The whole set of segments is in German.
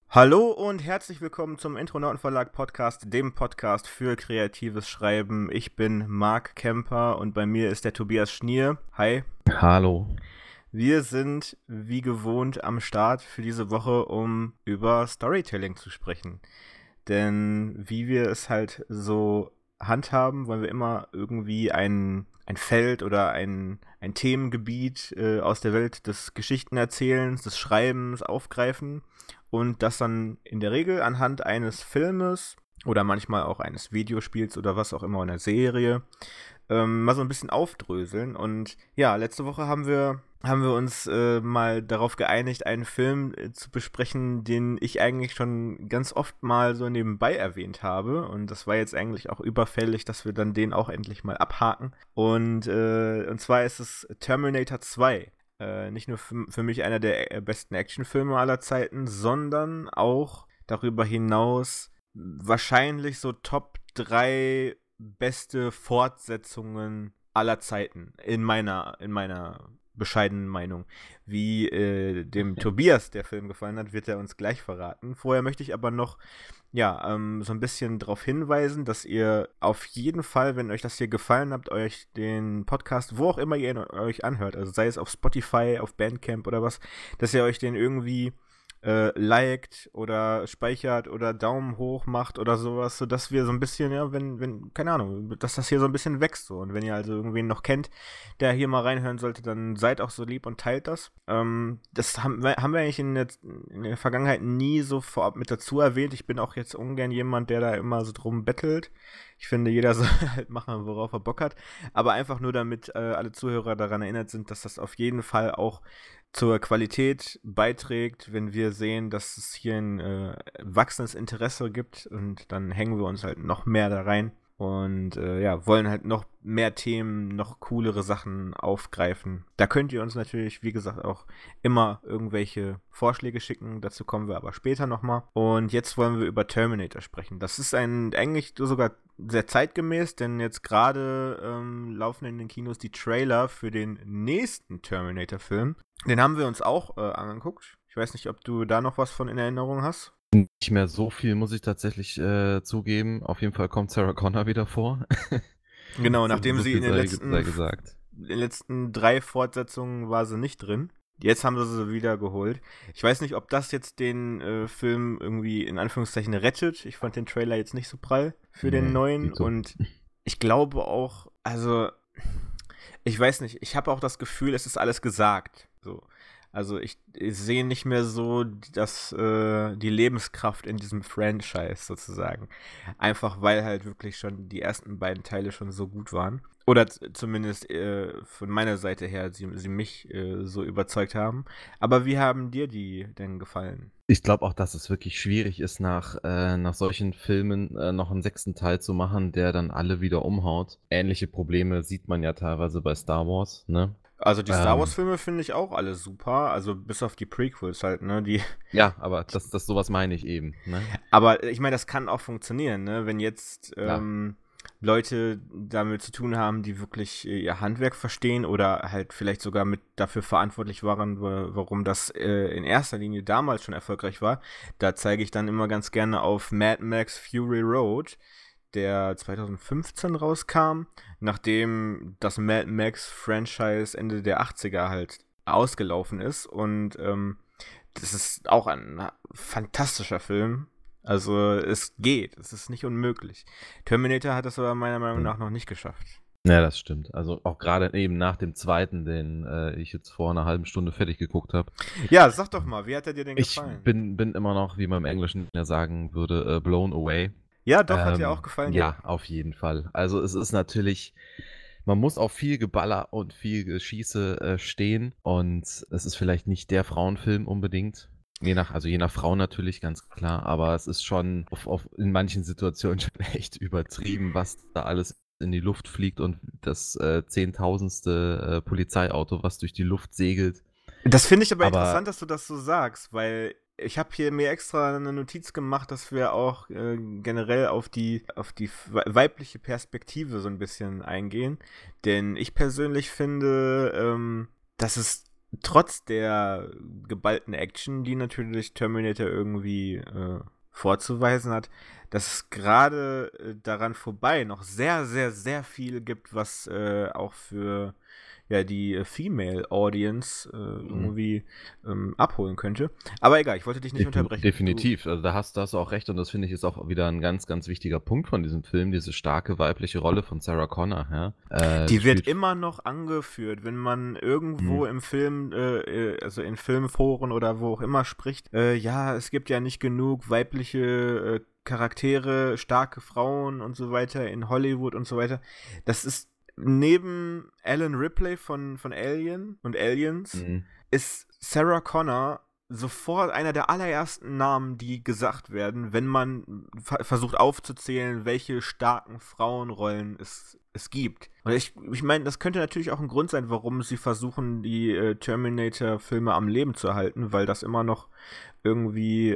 Hallo und herzlich willkommen zum Intronautenverlag Podcast, dem Podcast für kreatives Schreiben. Ich bin Marc Kemper und bei mir ist der Tobias Schnier. Hi. Hallo. Wir sind wie gewohnt am Start für diese Woche, um über Storytelling zu sprechen. Denn wie wir es halt so handhaben, wollen wir immer irgendwie ein Feld oder ein Themengebiet aus der Welt des Geschichtenerzählens, des Schreibens aufgreifen und das dann in der Regel anhand eines Filmes oder manchmal auch eines Videospiels oder was auch immer, einer Serie, mal so ein bisschen aufdröseln. Und ja, letzte Woche haben wir uns mal darauf geeinigt, einen Film zu besprechen, den ich eigentlich schon ganz oft mal so nebenbei erwähnt habe. Und das war jetzt eigentlich auch überfällig, dass wir dann den auch endlich mal abhaken. Und zwar ist es Terminator 2. Nicht nur für mich einer der besten Actionfilme aller Zeiten, sondern auch darüber hinaus wahrscheinlich so Top 3 beste Fortsetzungen aller Zeiten, in meiner bescheidenen Meinung. Wie dem Tobias der Film gefallen hat, wird er uns gleich verraten. Vorher möchte ich aber noch so ein bisschen darauf hinweisen, dass ihr auf jeden Fall, wenn euch das hier gefallen habt, euch den Podcast, wo auch immer ihr ihn euch anhört, also sei es auf Spotify, auf Bandcamp oder was, dass ihr euch den irgendwie liked oder speichert oder Daumen hoch macht oder sowas, sodass wir so ein bisschen, ja, keine Ahnung, dass das hier so ein bisschen wächst so. Und wenn ihr also irgendwen noch kennt, der hier mal reinhören sollte, dann seid auch so lieb und teilt das. Das haben wir eigentlich in der Vergangenheit nie so vorab mit dazu erwähnt. Ich bin auch jetzt ungern jemand, der da immer so drum bettelt. Ich finde, jeder soll halt machen, worauf er Bock hat. Aber einfach nur, damit alle Zuhörer daran erinnert sind, dass das auf jeden Fall auch zur Qualität beiträgt, wenn wir sehen, dass es hier ein wachsendes Interesse gibt, und dann hängen wir uns halt noch mehr da rein und wollen halt noch mehr Themen, noch coolere Sachen aufgreifen. Da könnt ihr uns natürlich, wie gesagt, auch immer irgendwelche Vorschläge schicken, dazu kommen wir aber später nochmal. Und jetzt wollen wir über Terminator sprechen. Das ist eigentlich sogar sehr zeitgemäß, denn jetzt gerade laufen in den Kinos die Trailer für den nächsten Terminator-Film. Den haben wir uns auch angeguckt. Ich weiß nicht, ob du da noch was von in Erinnerung hast. Nicht mehr so viel, muss ich tatsächlich zugeben. Auf jeden Fall kommt Sarah Connor wieder vor. Genau, So, nachdem so sie viel sei gesagt. in den letzten 3 Fortsetzungen war sie nicht drin. Jetzt haben sie wieder geholt. Ich weiß nicht, ob das jetzt den Film irgendwie in Anführungszeichen rettet. Ich fand den Trailer jetzt nicht so prall für den Nee, neuen. geht so. Und ich glaube auch, also ich weiß nicht, ich habe auch das Gefühl, es ist alles gesagt. So. Also ich sehe nicht mehr so die Lebenskraft in diesem Franchise sozusagen. Einfach weil halt wirklich schon die ersten beiden Teile schon so gut waren. Oder zumindest von meiner Seite her, sie mich so überzeugt haben. Aber wie haben dir die denn gefallen? Ich glaube auch, dass es wirklich schwierig ist, nach solchen Filmen noch einen sechsten Teil zu machen, der dann alle wieder umhaut. Ähnliche Probleme sieht man ja teilweise bei Star Wars, ne? Also die Star Ähm, Wars-Filme finde ich auch alle super, also bis auf die Prequels halt, ne? Die ja, aber das sowas meine ich eben, ne? Aber ich meine, das kann auch funktionieren, ne? Wenn jetzt Klar. Leute damit zu tun haben, die wirklich ihr Handwerk verstehen oder halt vielleicht sogar mit dafür verantwortlich waren, warum das in erster Linie damals schon erfolgreich war. Da zeige ich dann immer ganz gerne auf Mad Max Fury Road, der 2015 rauskam, nachdem das Mad Max Franchise Ende der 80er halt ausgelaufen ist. Und das ist auch ein fantastischer Film. Also es geht, es ist nicht unmöglich. Terminator hat es aber meiner Meinung Hm. nach noch nicht geschafft. Ja, das stimmt. Also, auch gerade eben nach dem zweiten, den ich jetzt vor einer halben Stunde fertig geguckt habe. Ja, sag doch mal, wie hat er dir denn Ich gefallen? bin immer noch, wie man im Englischen ja sagen würde, blown away. Ja, doch, hat dir auch gefallen, ja? Ja, auf jeden Fall. Also, es ist natürlich, man muss auf viel Geballer und viel Geschieße stehen, und es ist vielleicht nicht der Frauenfilm unbedingt. Je nach Frau natürlich, ganz klar, aber es ist schon in manchen Situationen schon echt übertrieben, was da alles in die Luft fliegt, und das zehntausendste Polizeiauto, was durch die Luft segelt. Das finde ich aber Aber interessant, dass du das so sagst, weil ich habe hier mir extra eine Notiz gemacht, dass wir auch generell auf die weibliche Perspektive so ein bisschen eingehen. Denn ich persönlich finde, dass es trotz der geballten Action, die natürlich Terminator irgendwie vorzuweisen hat, dass es gerade daran vorbei noch sehr, sehr, sehr viel gibt, was auch für ja, die Female Audience irgendwie abholen könnte. Aber egal, ich wollte dich nicht unterbrechen. Definitiv, also da hast du auch recht und das finde ich ist auch wieder ein ganz, ganz wichtiger Punkt von diesem Film, diese starke weibliche Rolle von Sarah Connor. Ja? Die wird immer noch angeführt, wenn man irgendwo im Film, also in Filmforen oder wo auch immer spricht, ja, es gibt ja nicht genug weibliche Charaktere, starke Frauen und so weiter in Hollywood und so weiter. Das ist neben Alan Ripley von Alien und Aliens ist Sarah Connor sofort einer der allerersten Namen, die gesagt werden, wenn man versucht aufzuzählen, welche starken Frauenrollen es gibt. Und ich meine, das könnte natürlich auch ein Grund sein, warum sie versuchen, die Terminator-Filme am Leben zu erhalten, weil das immer noch irgendwie,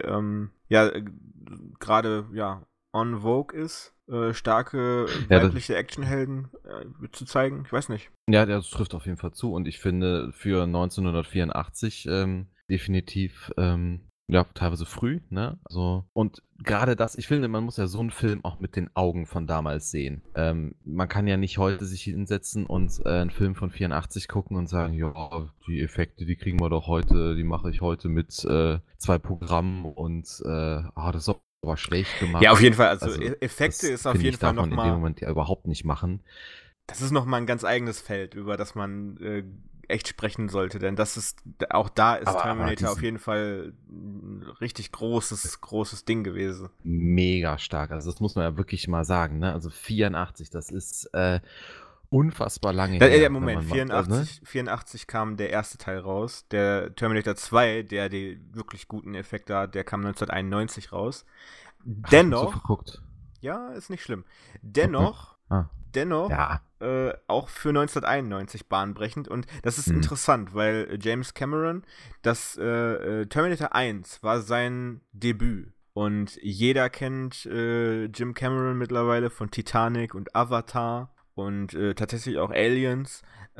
gerade, on vogue ist, starke weibliche Actionhelden zu zeigen. Ich weiß nicht. Ja, das trifft auf jeden Fall zu und ich finde für 1984 definitiv teilweise früh, ne? Also, und gerade das, ich finde, man muss ja so einen Film auch mit den Augen von damals sehen. Man kann ja nicht heute sich hinsetzen und einen Film von 84 gucken und sagen, ja, die Effekte, die kriegen wir doch heute, die mache ich heute mit 2 Programmen und das ist aber schlecht gemacht. Ja, auf jeden Fall. Also Effekte ist auf jeden Fall darf man in dem Moment ja überhaupt nicht machen. Das ist nochmal ein ganz eigenes Feld, über das man echt sprechen sollte, denn das ist, auch da ist Terminator auf jeden Fall ein richtig großes Ding gewesen. Mega stark, also das muss man ja wirklich mal sagen, ne? Also 84, das ist unfassbar lange her. Moment, 84 kam der erste Teil raus, der Terminator 2, der die wirklich guten Effekte hat, der kam 1991 raus. Dennoch, ja, ist nicht schlimm. Dennoch, ja. Auch für 1991 bahnbrechend. Und das ist interessant, weil James Cameron, das Terminator 1 war sein Debüt. Und jeder kennt Jim Cameron mittlerweile von Titanic und Avatar und tatsächlich auch Aliens.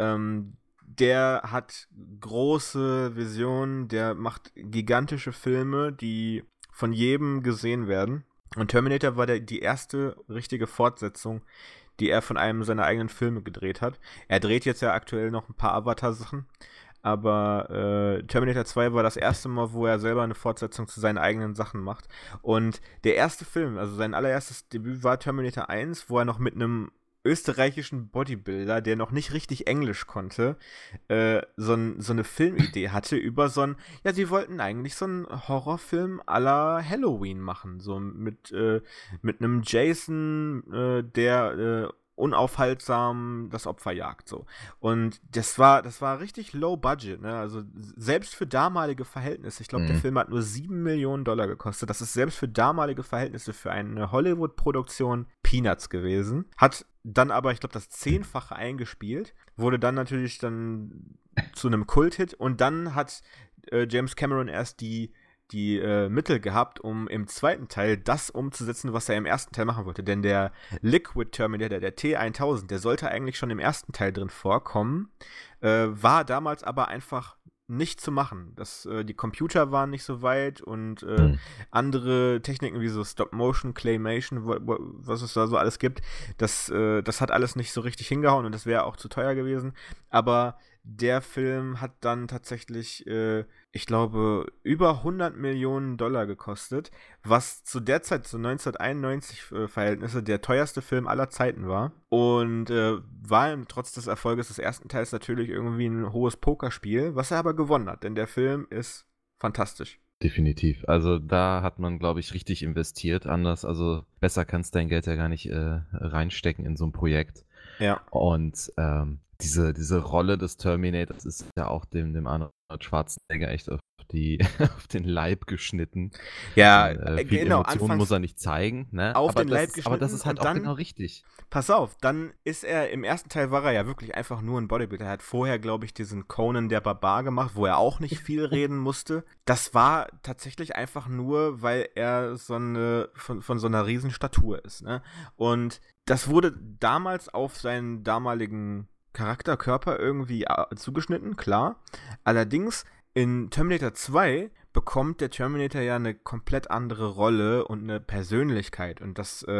Der hat große Visionen, der macht gigantische Filme, die von jedem gesehen werden. Und Terminator war die erste richtige Fortsetzung, die er von einem seiner eigenen Filme gedreht hat. Er dreht jetzt ja aktuell noch ein paar Avatar-Sachen, aber Terminator 2 war das erste Mal, wo er selber eine Fortsetzung zu seinen eigenen Sachen macht. Und der erste Film, also sein allererstes Debüt war Terminator 1, wo er noch mit einem österreichischen Bodybuilder, der noch nicht richtig Englisch konnte, so eine Filmidee hatte über sie wollten eigentlich so einen Horrorfilm à la Halloween machen, so mit einem Jason, der unaufhaltsam das Opfer jagt, so. Und das war richtig low budget, ne? Also selbst für damalige Verhältnisse, ich glaube, der Film hat nur $7 Millionen gekostet, das ist selbst für damalige Verhältnisse für eine Hollywood-Produktion Peanuts gewesen, hat dann aber, ich glaube, das 10-fache eingespielt, wurde dann natürlich dann zu einem Kult-Hit und dann hat James Cameron erst die Mittel gehabt, um im zweiten Teil das umzusetzen, was er im ersten Teil machen wollte. Denn der Liquid Terminator, der T-1000, der sollte eigentlich schon im ersten Teil drin vorkommen, war damals aber einfach nicht zu machen. Die Computer waren nicht so weit und andere Techniken wie so Stop-Motion, Claymation, was es da so alles gibt, das hat alles nicht so richtig hingehauen und das wäre auch zu teuer gewesen. Aber der Film hat dann tatsächlich, ich glaube, über $100 Millionen gekostet, was zu der Zeit, zu 1991 Verhältnisse, der teuerste Film aller Zeiten war. Und war trotz des Erfolges des ersten Teils natürlich irgendwie ein hohes Pokerspiel, was er aber gewonnen hat, denn der Film ist fantastisch. Definitiv. Also da hat man, glaube ich, richtig investiert. Also besser kannst dein Geld ja gar nicht reinstecken in so ein Projekt. Ja. Und diese Rolle des Terminators ist ja auch dem Arnold Schwarzenegger echt auf den Leib geschnitten. Ja, viel genau. Emotionen muss er nicht zeigen, ne? Den Leib geschnitten. Aber das ist halt auch genau richtig. Pass auf, dann ist im ersten Teil war er ja wirklich einfach nur ein Bodybuilder. Er hat vorher, glaube ich, diesen Conan der Barbar gemacht, wo er auch nicht viel reden musste. Das war tatsächlich einfach nur, weil er von so einer riesen Statur ist, ne? Und das wurde damals auf seinen damaligen Charakter, Körper irgendwie zugeschnitten, klar. Allerdings in Terminator 2 bekommt der Terminator ja eine komplett andere Rolle und eine Persönlichkeit. Und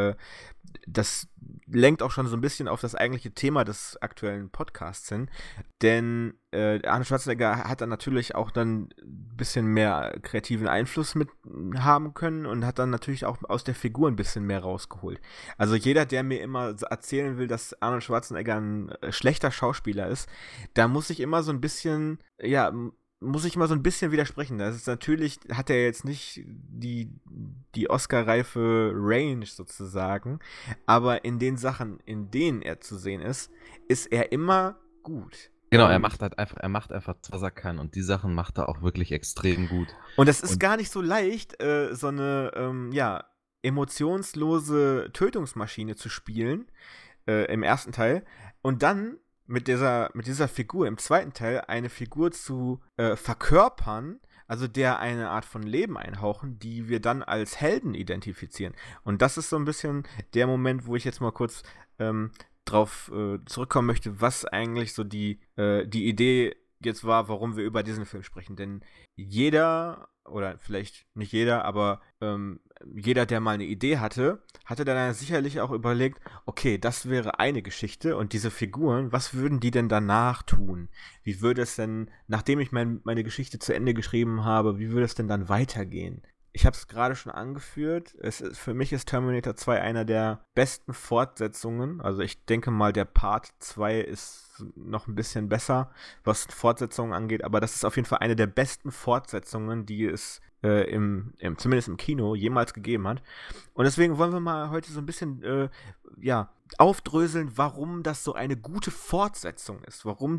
das lenkt auch schon so ein bisschen auf das eigentliche Thema des aktuellen Podcasts hin. Denn Arnold Schwarzenegger hat dann natürlich auch dann ein bisschen mehr kreativen Einfluss mit haben können und hat dann natürlich auch aus der Figur ein bisschen mehr rausgeholt. Also jeder, der mir immer erzählen will, dass Arnold Schwarzenegger ein schlechter Schauspieler ist, da muss ich immer so ein bisschen, widersprechen. Das ist natürlich, hat er jetzt nicht die Oscar-reife Range sozusagen, aber in den Sachen, in denen er zu sehen ist er immer gut. Genau, er macht einfach, was er kann, und die Sachen macht er auch wirklich extrem gut. Und es ist gar nicht so leicht, so eine, emotionslose Tötungsmaschine zu spielen, im ersten Teil, und dann mit dieser Figur im zweiten Teil eine Figur zu verkörpern, also der eine Art von Leben einhauchen, die wir dann als Helden identifizieren. Und das ist so ein bisschen der Moment, wo ich jetzt mal kurz drauf zurückkommen möchte, was eigentlich so die Idee jetzt war, warum wir über diesen Film sprechen. Denn jeder, oder vielleicht nicht jeder, aber jeder, der mal eine Idee hatte dann sicherlich auch überlegt, okay, das wäre eine Geschichte und diese Figuren, was würden die denn danach tun? Wie würde es denn, nachdem ich meine Geschichte zu Ende geschrieben habe, wie würde es denn dann weitergehen? Ich habe es gerade schon angeführt, für mich ist Terminator 2 einer der besten Fortsetzungen, also ich denke mal, der Part 2 ist noch ein bisschen besser, was Fortsetzungen angeht, aber das ist auf jeden Fall eine der besten Fortsetzungen, die es zumindest im Kino jemals gegeben hat. Und deswegen wollen wir mal heute so ein bisschen aufdröseln, warum das so eine gute Fortsetzung ist, warum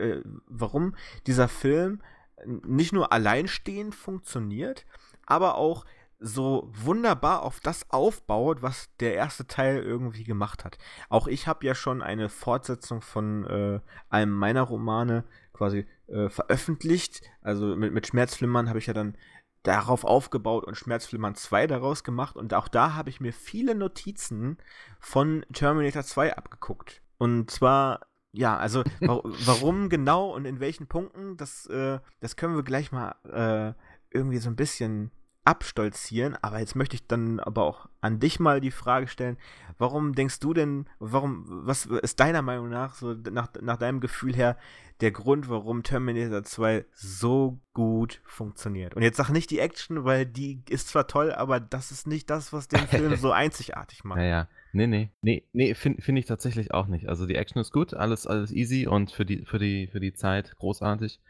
dieser Film nicht nur alleinstehend funktioniert, aber auch so wunderbar auf das aufbaut, was der erste Teil irgendwie gemacht hat. Auch ich habe ja schon eine Fortsetzung von einem meiner Romane quasi veröffentlicht. Also mit Schmerzflimmern habe ich ja dann darauf aufgebaut und Schmerzflimmern 2 daraus gemacht. Und auch da habe ich mir viele Notizen von Terminator 2 abgeguckt. Und zwar, ja, also warum genau und in welchen Punkten, das können wir gleich mal irgendwie so ein bisschen abstolzieren, aber jetzt möchte ich dann aber auch an dich mal die Frage stellen, warum denkst du denn, was ist deiner Meinung nach, so nach deinem Gefühl her, der Grund, warum Terminator 2 so gut funktioniert? Und jetzt sag nicht die Action, weil die ist zwar toll, aber das ist nicht das, was den Film so einzigartig macht. Naja, nee, finde ich tatsächlich auch nicht. Also die Action ist gut, alles easy und für die Zeit großartig.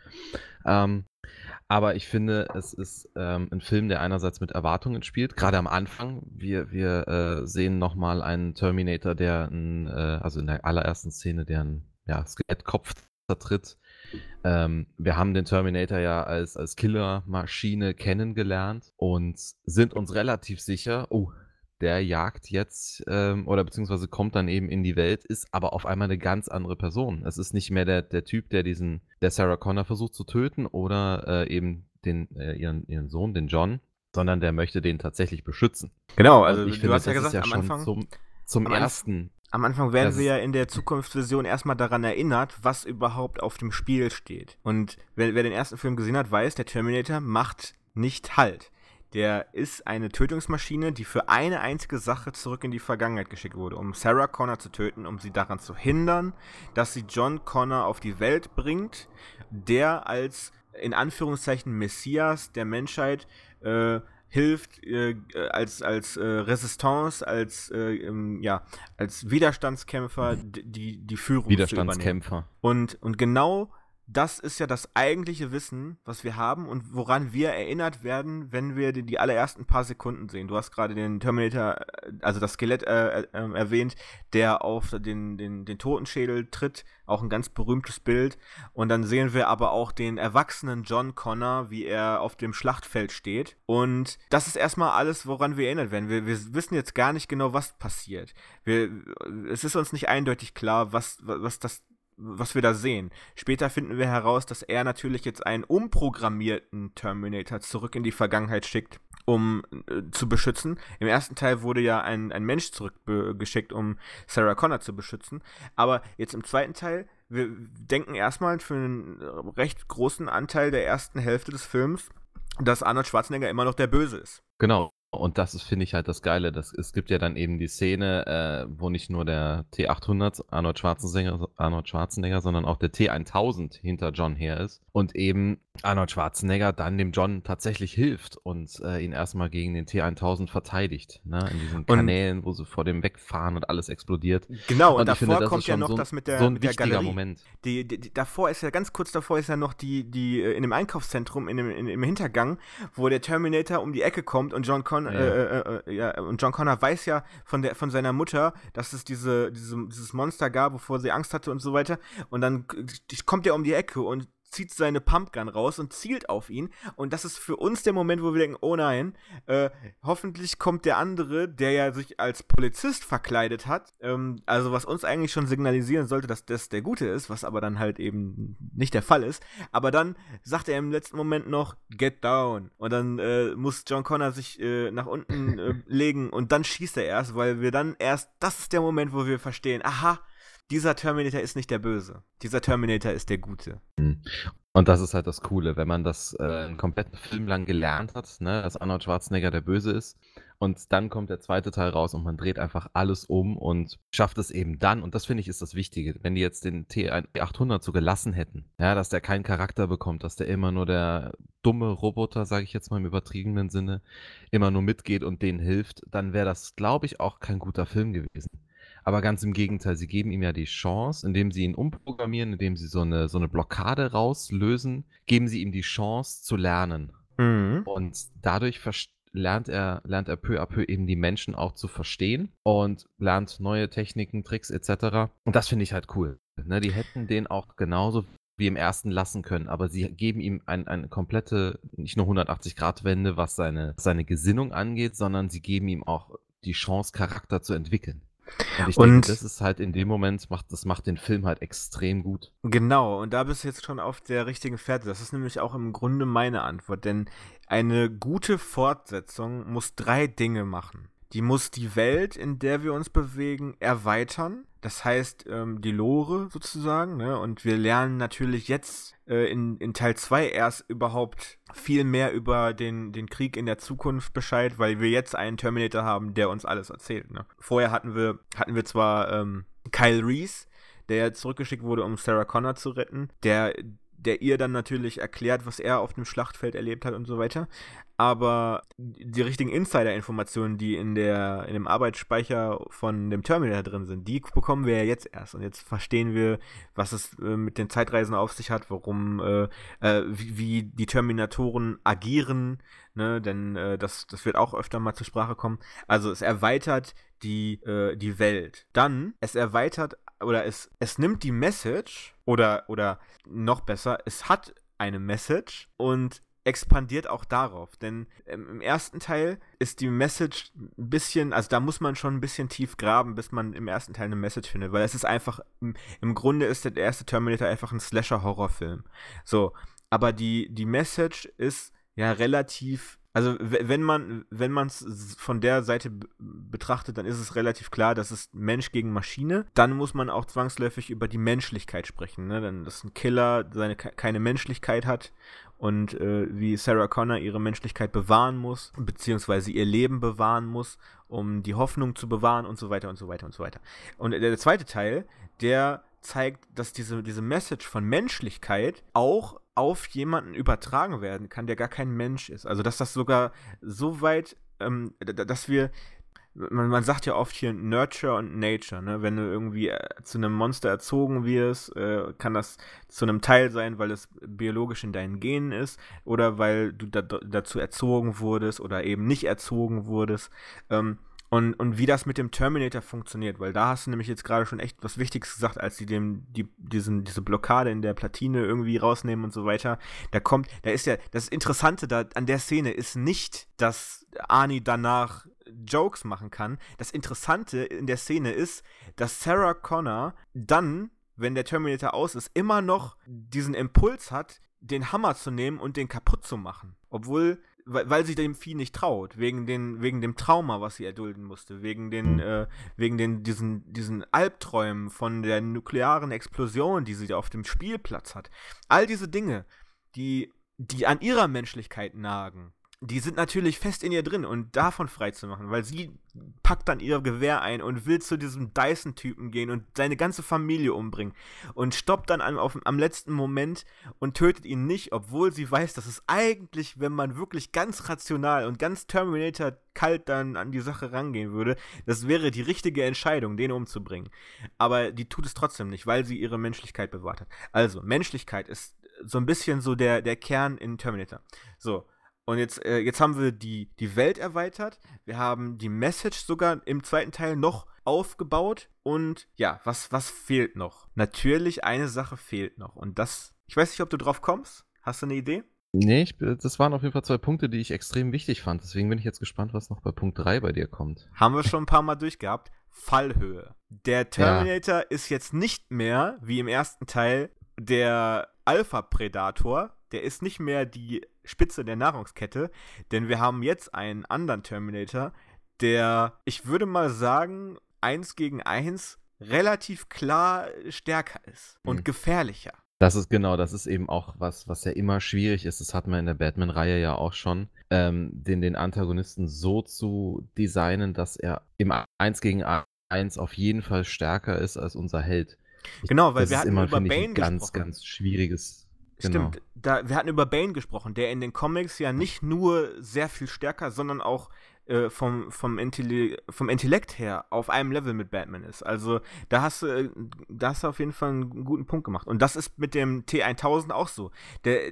Aber ich finde, es ist ein Film, der einerseits mit Erwartungen spielt, gerade am Anfang. Wir sehen nochmal einen Terminator, also in der allerersten Szene, der einen Skelettkopf zertritt. Wir haben den Terminator ja als Killermaschine kennengelernt und sind uns relativ sicher, der jagt jetzt oder beziehungsweise kommt dann eben in die Welt, ist aber auf einmal eine ganz andere Person. Es ist nicht mehr der Typ, der Sarah Connor versucht zu töten oder eben ihren Sohn, den John, sondern der möchte den tatsächlich beschützen. Genau, also ich finde, du hast ja gesagt, ist am Anfang zum ersten. Am Anfang werden wir ja in der Zukunftsvision erstmal daran erinnert, was überhaupt auf dem Spiel steht. Und wer den ersten Film gesehen hat, weiß, der Terminator macht nicht Halt. Der ist eine Tötungsmaschine, die für eine einzige Sache zurück in die Vergangenheit geschickt wurde, um Sarah Connor zu töten, um sie daran zu hindern, dass sie John Connor auf die Welt bringt, der als, in Anführungszeichen, Messias der Menschheit hilft, als Resistance, als Widerstandskämpfer die Führung zu übernehmen. Und genau das ist ja das eigentliche Wissen, was wir haben und woran wir erinnert werden, wenn wir die allerersten paar Sekunden sehen. Du hast gerade den Terminator, also das Skelett erwähnt, der auf den Totenschädel tritt. Auch ein ganz berühmtes Bild. Und dann sehen wir aber auch den erwachsenen John Connor, wie er auf dem Schlachtfeld steht. Und das ist erstmal alles, woran wir erinnert werden. Wir wissen jetzt gar nicht genau, was passiert. Es ist uns nicht eindeutig klar, was wir da sehen. Später finden wir heraus, dass er natürlich jetzt einen umprogrammierten Terminator zurück in die Vergangenheit schickt, um zu beschützen. Im ersten Teil wurde ja ein Mensch zurückgeschickt, um Sarah Connor zu beschützen. Aber jetzt im zweiten Teil wir denken erstmal für einen recht großen Anteil der ersten Hälfte des Films, dass Arnold Schwarzenegger immer noch der Böse ist. Genau. Und das ist, finde ich, halt das Geile. Es gibt ja dann eben die Szene, wo nicht nur der T-800 Arnold Schwarzenegger, sondern auch der T-1000 hinter John her ist. Und eben Arnold Schwarzenegger dann dem John tatsächlich hilft und ihn erstmal gegen den T-1000 verteidigt. Ne? In diesen Kanälen, wo sie vor dem wegfahren und alles explodiert. Genau, und ich davor finde, das kommt ist ja schon noch so das mit der, so ein mit der wichtiger Galerie. Moment. Davor ist ja, ganz kurz davor ist ja noch die in dem Einkaufszentrum, im Hintergang, wo der Terminator um die Ecke kommt und John Connor weiß ja von seiner Mutter, dass es dieses Monster gab, wovor sie Angst hatte und so weiter. Und dann kommt er um die Ecke und zieht seine Pumpgun raus und zielt auf ihn. Und das ist für uns der Moment, wo wir denken, oh nein, hoffentlich kommt der andere, der ja sich als Polizist verkleidet hat. Also was uns eigentlich schon signalisieren sollte, dass das der Gute ist, was aber dann halt eben nicht der Fall ist. Aber dann sagt er im letzten Moment noch, get down. Und dann muss John Connor sich nach unten legen und dann schießt er erst, weil wir dann das ist der Moment, wo wir verstehen, aha, dieser Terminator ist nicht der Böse. Dieser Terminator ist der Gute. Und das ist halt das Coole, wenn man das einen kompletten Film lang gelernt hat, ne, dass Arnold Schwarzenegger der Böse ist. Und dann kommt der zweite Teil raus und man dreht einfach alles um und schafft es eben dann. Und das finde ich ist das Wichtige. Wenn die jetzt den T800 so gelassen hätten, ja, dass der keinen Charakter bekommt, dass der immer nur der dumme Roboter, sage ich jetzt mal im übertriebenen Sinne, immer nur mitgeht und denen hilft, dann wäre das, glaube ich, auch kein guter Film gewesen. Aber ganz im Gegenteil, sie geben ihm ja die Chance, indem sie ihn umprogrammieren, indem sie so eine Blockade rauslösen, geben sie ihm die Chance zu lernen. Mhm. Und dadurch lernt er peu à peu eben die Menschen auch zu verstehen und lernt neue Techniken, Tricks etc. Und das finde ich halt cool. Ne, die hätten den auch genauso wie im ersten lassen können, aber sie geben ihm eine komplette, nicht nur 180-Grad-Wende, was seine Gesinnung angeht, sondern sie geben ihm auch die Chance, Charakter zu entwickeln. Und ich denke, das ist halt in dem Moment, das macht den Film halt extrem gut. Genau, und da bist du jetzt schon auf der richtigen Fährte. Das ist nämlich auch im Grunde meine Antwort, denn eine gute Fortsetzung muss 3 Dinge machen. Die muss die Welt, in der wir uns bewegen, erweitern. Das heißt, die Lore sozusagen, ne? Und wir lernen natürlich jetzt in Teil 2 erst überhaupt viel mehr über den Krieg in der Zukunft Bescheid, weil wir jetzt einen Terminator haben, der uns alles erzählt. Ne? Vorher hatten wir zwar Kyle Reese, der zurückgeschickt wurde, um Sarah Connor zu retten, der ihr dann natürlich erklärt, was er auf dem Schlachtfeld erlebt hat und so weiter. Aber die richtigen Insider-Informationen, die in dem Arbeitsspeicher von dem Terminator drin sind, die bekommen wir ja jetzt erst. Und jetzt verstehen wir, was es mit den Zeitreisen auf sich hat, warum, wie die Terminatoren agieren, ne? Denn das wird auch öfter mal zur Sprache kommen. Also es erweitert die Welt. Dann, es erweitert, oder es nimmt die Message, oder noch besser, es hat eine Message und expandiert auch darauf, denn im ersten Teil ist die Message ein bisschen, also da muss man schon ein bisschen tief graben, bis man im ersten Teil eine Message findet, weil es ist einfach, im Grunde ist der erste Terminator einfach ein Slasher-Horrorfilm. So, aber die Message ist ja relativ, also wenn man es von der Seite betrachtet, dann ist es relativ klar, dass es Mensch gegen Maschine. Dann muss man auch zwangsläufig über die Menschlichkeit sprechen, ne? Denn dass ein Killer keine Menschlichkeit hat und wie Sarah Connor ihre Menschlichkeit bewahren muss, beziehungsweise ihr Leben bewahren muss, um die Hoffnung zu bewahren und so weiter und so weiter und so weiter. Und der zweite Teil, der zeigt, dass diese Message von Menschlichkeit auch auf jemanden übertragen werden kann, der gar kein Mensch ist. Also dass das sogar so weit, dass wir, man sagt ja oft hier Nurture und Nature, ne? Wenn du irgendwie zu einem Monster erzogen wirst, kann das zu einem Teil sein, weil es biologisch in deinen Genen ist oder weil du dazu erzogen wurdest oder eben nicht erzogen wurdest. Und wie das mit dem Terminator funktioniert, weil da hast du nämlich jetzt gerade schon echt was Wichtiges gesagt, als sie diese Blockade in der Platine irgendwie rausnehmen und so weiter. Da ist ja, das Interessante da an der Szene ist nicht, dass Arnie danach Jokes machen kann. Das Interessante in der Szene ist, dass Sarah Connor dann, wenn der Terminator aus ist, immer noch diesen Impuls hat, den Hammer zu nehmen und den kaputt zu machen. Obwohl weil sie dem Vieh nicht traut, wegen dem Trauma, was sie erdulden musste, wegen diesen Albträumen von der nuklearen Explosion, die sie da auf dem Spielplatz hat. All diese Dinge, die an ihrer Menschlichkeit nagen, die sind natürlich fest in ihr drin und davon frei zu machen, weil sie packt dann ihr Gewehr ein und will zu diesem Dyson-Typen gehen und seine ganze Familie umbringen und stoppt dann am letzten Moment und tötet ihn nicht, obwohl sie weiß, dass es eigentlich, wenn man wirklich ganz rational und ganz Terminator kalt dann an die Sache rangehen würde, das wäre die richtige Entscheidung, den umzubringen. Aber die tut es trotzdem nicht, weil sie ihre Menschlichkeit bewahrt hat. Also, Menschlichkeit ist so ein bisschen so der Kern in Terminator. So. Und jetzt haben wir die Welt erweitert, wir haben die Message sogar im zweiten Teil noch aufgebaut und ja, was fehlt noch? Natürlich, eine Sache fehlt noch und das, ich weiß nicht, ob du drauf kommst, hast du eine Idee? Nee, das waren auf jeden Fall 2 Punkte, die ich extrem wichtig fand, deswegen bin ich jetzt gespannt, was noch bei Punkt 3 bei dir kommt. Haben wir schon ein paar Mal durchgehabt, Fallhöhe. Der Terminator ist jetzt nicht mehr, wie im ersten Teil, der Alpha-Predator, der ist nicht mehr die Spitze der Nahrungskette, denn wir haben jetzt einen anderen Terminator, der, ich würde mal sagen, 1 gegen 1 relativ klar stärker ist und gefährlicher. Das ist eben auch was ja immer schwierig ist, das hatten wir in der Batman-Reihe ja auch schon, den Antagonisten so zu designen, dass er im 1 gegen 1 auf jeden Fall stärker ist als unser Held. Genau, weil das wir ist hatten immer, über finde ich, Bane ein ganz, gesprochen. ganz schwieriges. Stimmt, Genau. wir hatten über Bane gesprochen, der in den Comics ja nicht nur sehr viel stärker, sondern auch vom Intellekt her auf einem Level mit Batman ist. Also da hast du auf jeden Fall einen guten Punkt gemacht. Und das ist mit dem T-1000 auch so. Der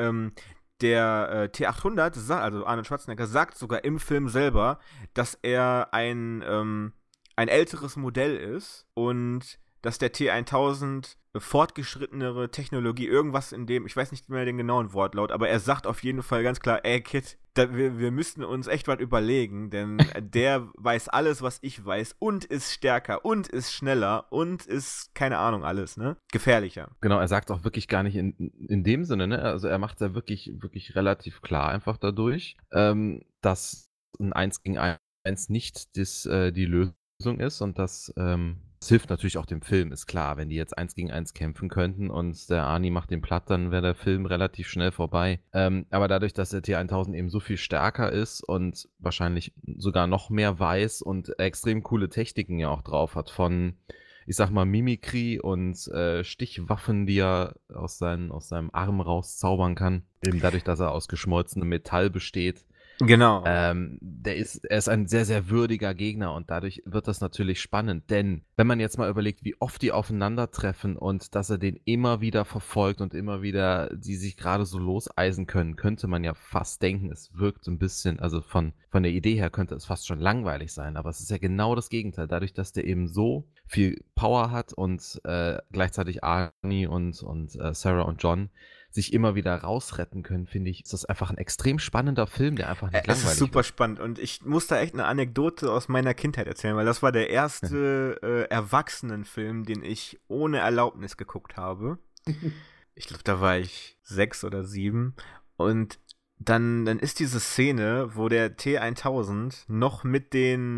T-800, also Arnold Schwarzenegger, sagt sogar im Film selber, dass er ein älteres Modell ist und dass der T-1000 fortgeschrittenere Technologie, irgendwas in dem, ich weiß nicht mehr den genauen Wortlaut, aber er sagt auf jeden Fall ganz klar, ey Kid, wir müssten uns echt was überlegen, denn der weiß alles, was ich weiß und ist stärker und ist schneller und ist, keine Ahnung, alles, ne? Gefährlicher. Genau, er sagt auch wirklich gar nicht in dem Sinne, ne? Also er macht es ja wirklich, wirklich relativ klar einfach dadurch, dass ein 1 gegen 1 nicht die Lösung ist und das hilft natürlich auch dem Film, ist klar. Wenn die jetzt 1 gegen 1 kämpfen könnten und der Arnie macht den platt, dann wäre der Film relativ schnell vorbei. Aber dadurch, dass der T-1000 eben so viel stärker ist und wahrscheinlich sogar noch mehr weiß und extrem coole Techniken ja auch drauf hat, von, ich sag mal, Mimikry und Stichwaffen, die er aus seinem Arm rauszaubern kann, eben dadurch, dass er aus geschmolzenem Metall besteht. Genau. Er ist ein sehr, sehr würdiger Gegner und dadurch wird das natürlich spannend, denn wenn man jetzt mal überlegt, wie oft die aufeinandertreffen und dass er den immer wieder verfolgt und immer wieder die sich gerade so loseisen können, könnte man ja fast denken, es wirkt so ein bisschen, also von der Idee her könnte es fast schon langweilig sein, aber es ist ja genau das Gegenteil, dadurch, dass der eben so viel Power hat und gleichzeitig Arnie und Sarah und John sich immer wieder rausretten können, finde ich, ist das einfach ein extrem spannender Film, der einfach nicht langweilig ist super wird. spannend und ich muss da echt eine Anekdote aus meiner Kindheit erzählen, weil das war der erste Erwachsenenfilm, den ich ohne Erlaubnis geguckt habe. Ich glaube, da war ich 6 oder 7 und dann ist diese Szene, wo der T-1000 noch mit den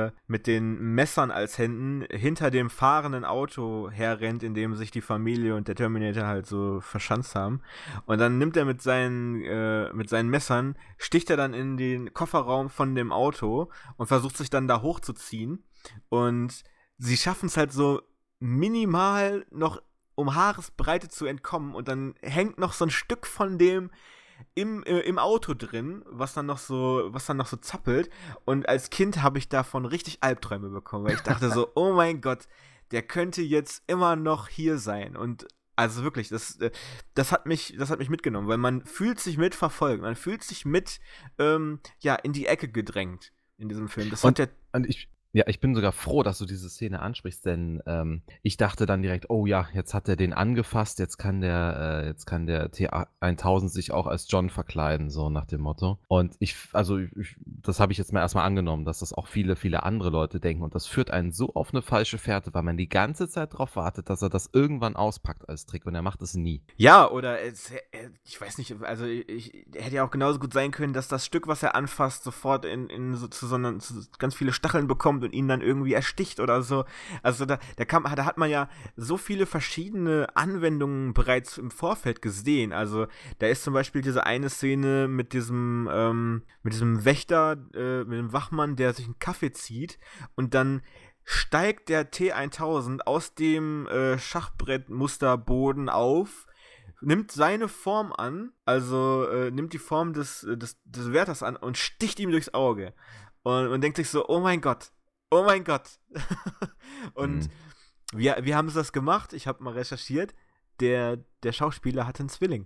Messern als Händen hinter dem fahrenden Auto herrennt, in dem sich die Familie und der Terminator halt so verschanzt haben. Und dann nimmt er mit seinen Messern, sticht er dann in den Kofferraum von dem Auto und versucht sich dann da hochzuziehen. Und sie schaffen es halt so minimal noch um Haaresbreite zu entkommen und dann hängt noch so ein Stück von dem im Auto drin, was dann noch so zappelt. Und als Kind habe ich davon richtig Albträume bekommen, weil ich dachte so, oh mein Gott, der könnte jetzt immer noch hier sein. Und also wirklich, das hat mich mitgenommen, weil man fühlt sich mitverfolgt, man fühlt sich in die Ecke gedrängt in diesem Film. Das hat der Ja, ich bin sogar froh, dass du diese Szene ansprichst, denn, ich dachte dann direkt: „Oh ja, jetzt hat er den angefasst, jetzt kann der T1000 sich auch als John verkleiden“, so nach dem Motto. Und ich das habe ich jetzt mal erst mal angenommen, dass das auch viele, viele andere Leute denken und das führt einen so auf 'ne falsche Fährte, weil man die ganze Zeit drauf wartet, dass er das irgendwann auspackt als Trick und er macht es nie. Ja, oder ich weiß nicht, also hätte ja auch genauso gut sein können, dass das Stück, was er anfasst, sofort zu ganz viele Stacheln bekommt und ihn dann irgendwie ersticht oder so. Also da hat man ja so viele verschiedene Anwendungen bereits im Vorfeld gesehen. Also da ist zum Beispiel diese eine Szene mit diesem Wächter, mit dem Wachmann, der sich einen Kaffee zieht und dann steigt der T1000 aus dem Schachbrettmusterboden auf, nimmt seine Form an, also nimmt die Form des Wärters an und sticht ihm durchs Auge. Und man denkt sich so, oh mein Gott, oh mein Gott. Und Mhm. wie haben sie das gemacht? Ich habe mal recherchiert. Der Schauspieler hatte einen Zwilling.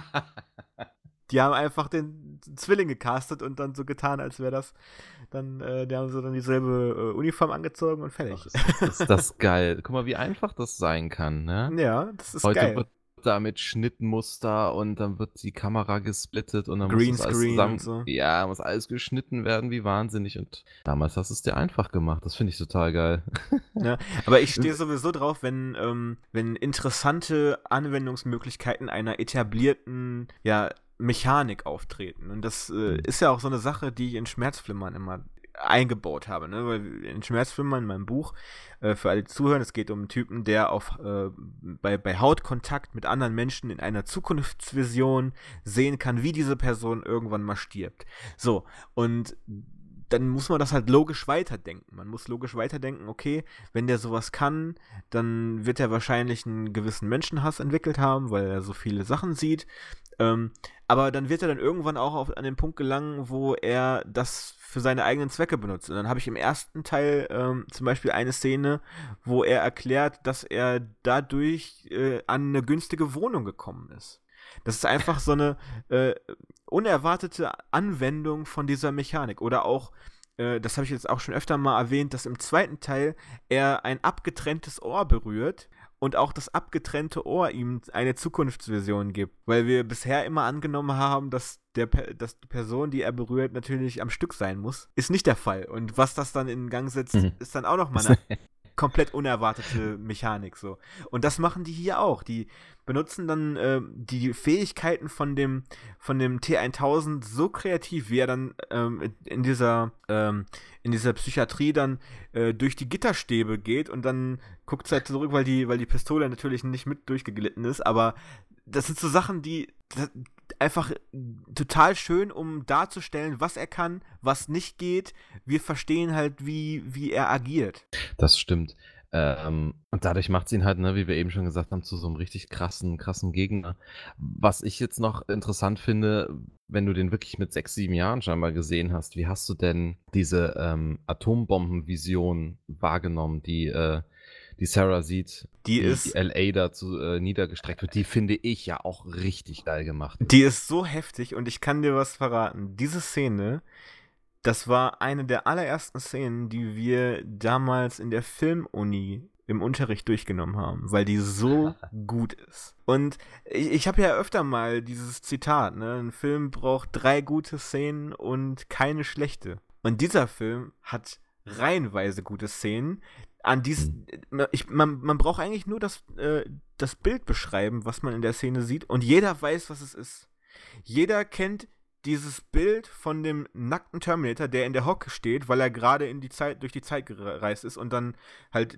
Die haben einfach den Zwilling gecastet und dann so getan, als wäre das dann, die haben so dann dieselbe Uniform angezogen und Ach, fertig. ist das geil. Guck mal, wie einfach das sein kann, ne? Ja, das ist Heute geil. wird da mit Schnittmuster und dann wird die Kamera gesplittet und dann muss das alles Greenscreen und zusammen so. ja, muss alles geschnitten werden wie wahnsinnig und damals hast du's dir einfach gemacht. Das finde ich total geil. Ja, aber ich stehe sowieso drauf, wenn interessante Anwendungsmöglichkeiten einer etablierten, ja, Mechanik auftreten. Und das Mhm. ist ja auch so eine Sache, die ich in Schmerzflimmern immer eingebaut habe, ne? Weil in Schmerzflimmern, in meinem Buch, für alle Zuhören, es geht um einen Typen, der bei Hautkontakt mit anderen Menschen in einer Zukunftsvision sehen kann, wie diese Person irgendwann mal stirbt. So, und dann muss man das halt logisch weiterdenken. Man muss logisch weiterdenken, okay, wenn der sowas kann, dann wird er wahrscheinlich einen gewissen Menschenhass entwickelt haben, weil er so viele Sachen sieht. Ähm, aber dann wird er dann irgendwann auch an den Punkt gelangen, wo er das für seine eigenen Zwecke benutzt. Und dann habe ich im ersten Teil zum Beispiel eine Szene, wo er erklärt, dass er dadurch an eine günstige Wohnung gekommen ist. Das ist einfach so eine äh, unerwartete Anwendung von dieser Mechanik. Oder auch, das habe ich jetzt auch schon öfter mal erwähnt, dass im zweiten Teil er ein abgetrenntes Ohr berührt und auch das abgetrennte Ohr ihm eine Zukunftsvision gibt. Weil wir bisher immer angenommen haben, dass die Person, die er berührt, natürlich am Stück sein muss. Ist nicht der Fall. Und was das dann in Gang setzt, Mhm. ist dann auch nochmal eine komplett unerwartete Mechanik so. Und das machen die hier auch. Die benutzen dann die Fähigkeiten von dem T1000 so kreativ, wie er dann in dieser Psychiatrie dann durch die Gitterstäbe geht und dann guckt es halt zurück, weil die Pistole natürlich nicht mit durchgeglitten ist, aber das sind so Sachen, einfach total schön, um darzustellen, was er kann, was nicht geht. Wir verstehen halt, wie er agiert. Das stimmt. Und dadurch macht's ihn halt, ne, wie wir eben schon gesagt haben, zu so 'nem richtig krassen Gegner. Was ich jetzt noch interessant finde, wenn du den wirklich mit 6, 7 Jahren scheinbar gesehen hast, wie hast du denn diese, Atombombenvision wahrgenommen, die Sarah sieht, Die wie ist LA da niedergestreckt wird? Die finde ich ja auch richtig geil gemacht. Die ist so heftig und ich kann dir was verraten. Diese Szene, das war eine der allerersten Szenen, die wir damals in der Filmuni im Unterricht durchgenommen haben, weil die so gut ist. Und ich habe ja öfter mal dieses Zitat, ne? Ein Film braucht 3 gute Szenen und keine schlechte. Und dieser Film hat reihenweise gute Szenen. Mhm. Man braucht eigentlich nur das Bild beschreiben, was man in der Szene sieht, und jeder weiß, was es ist. Jeder kennt dieses Bild von dem nackten Terminator, der in der Hocke steht, weil er gerade durch die Zeit gereist ist und dann halt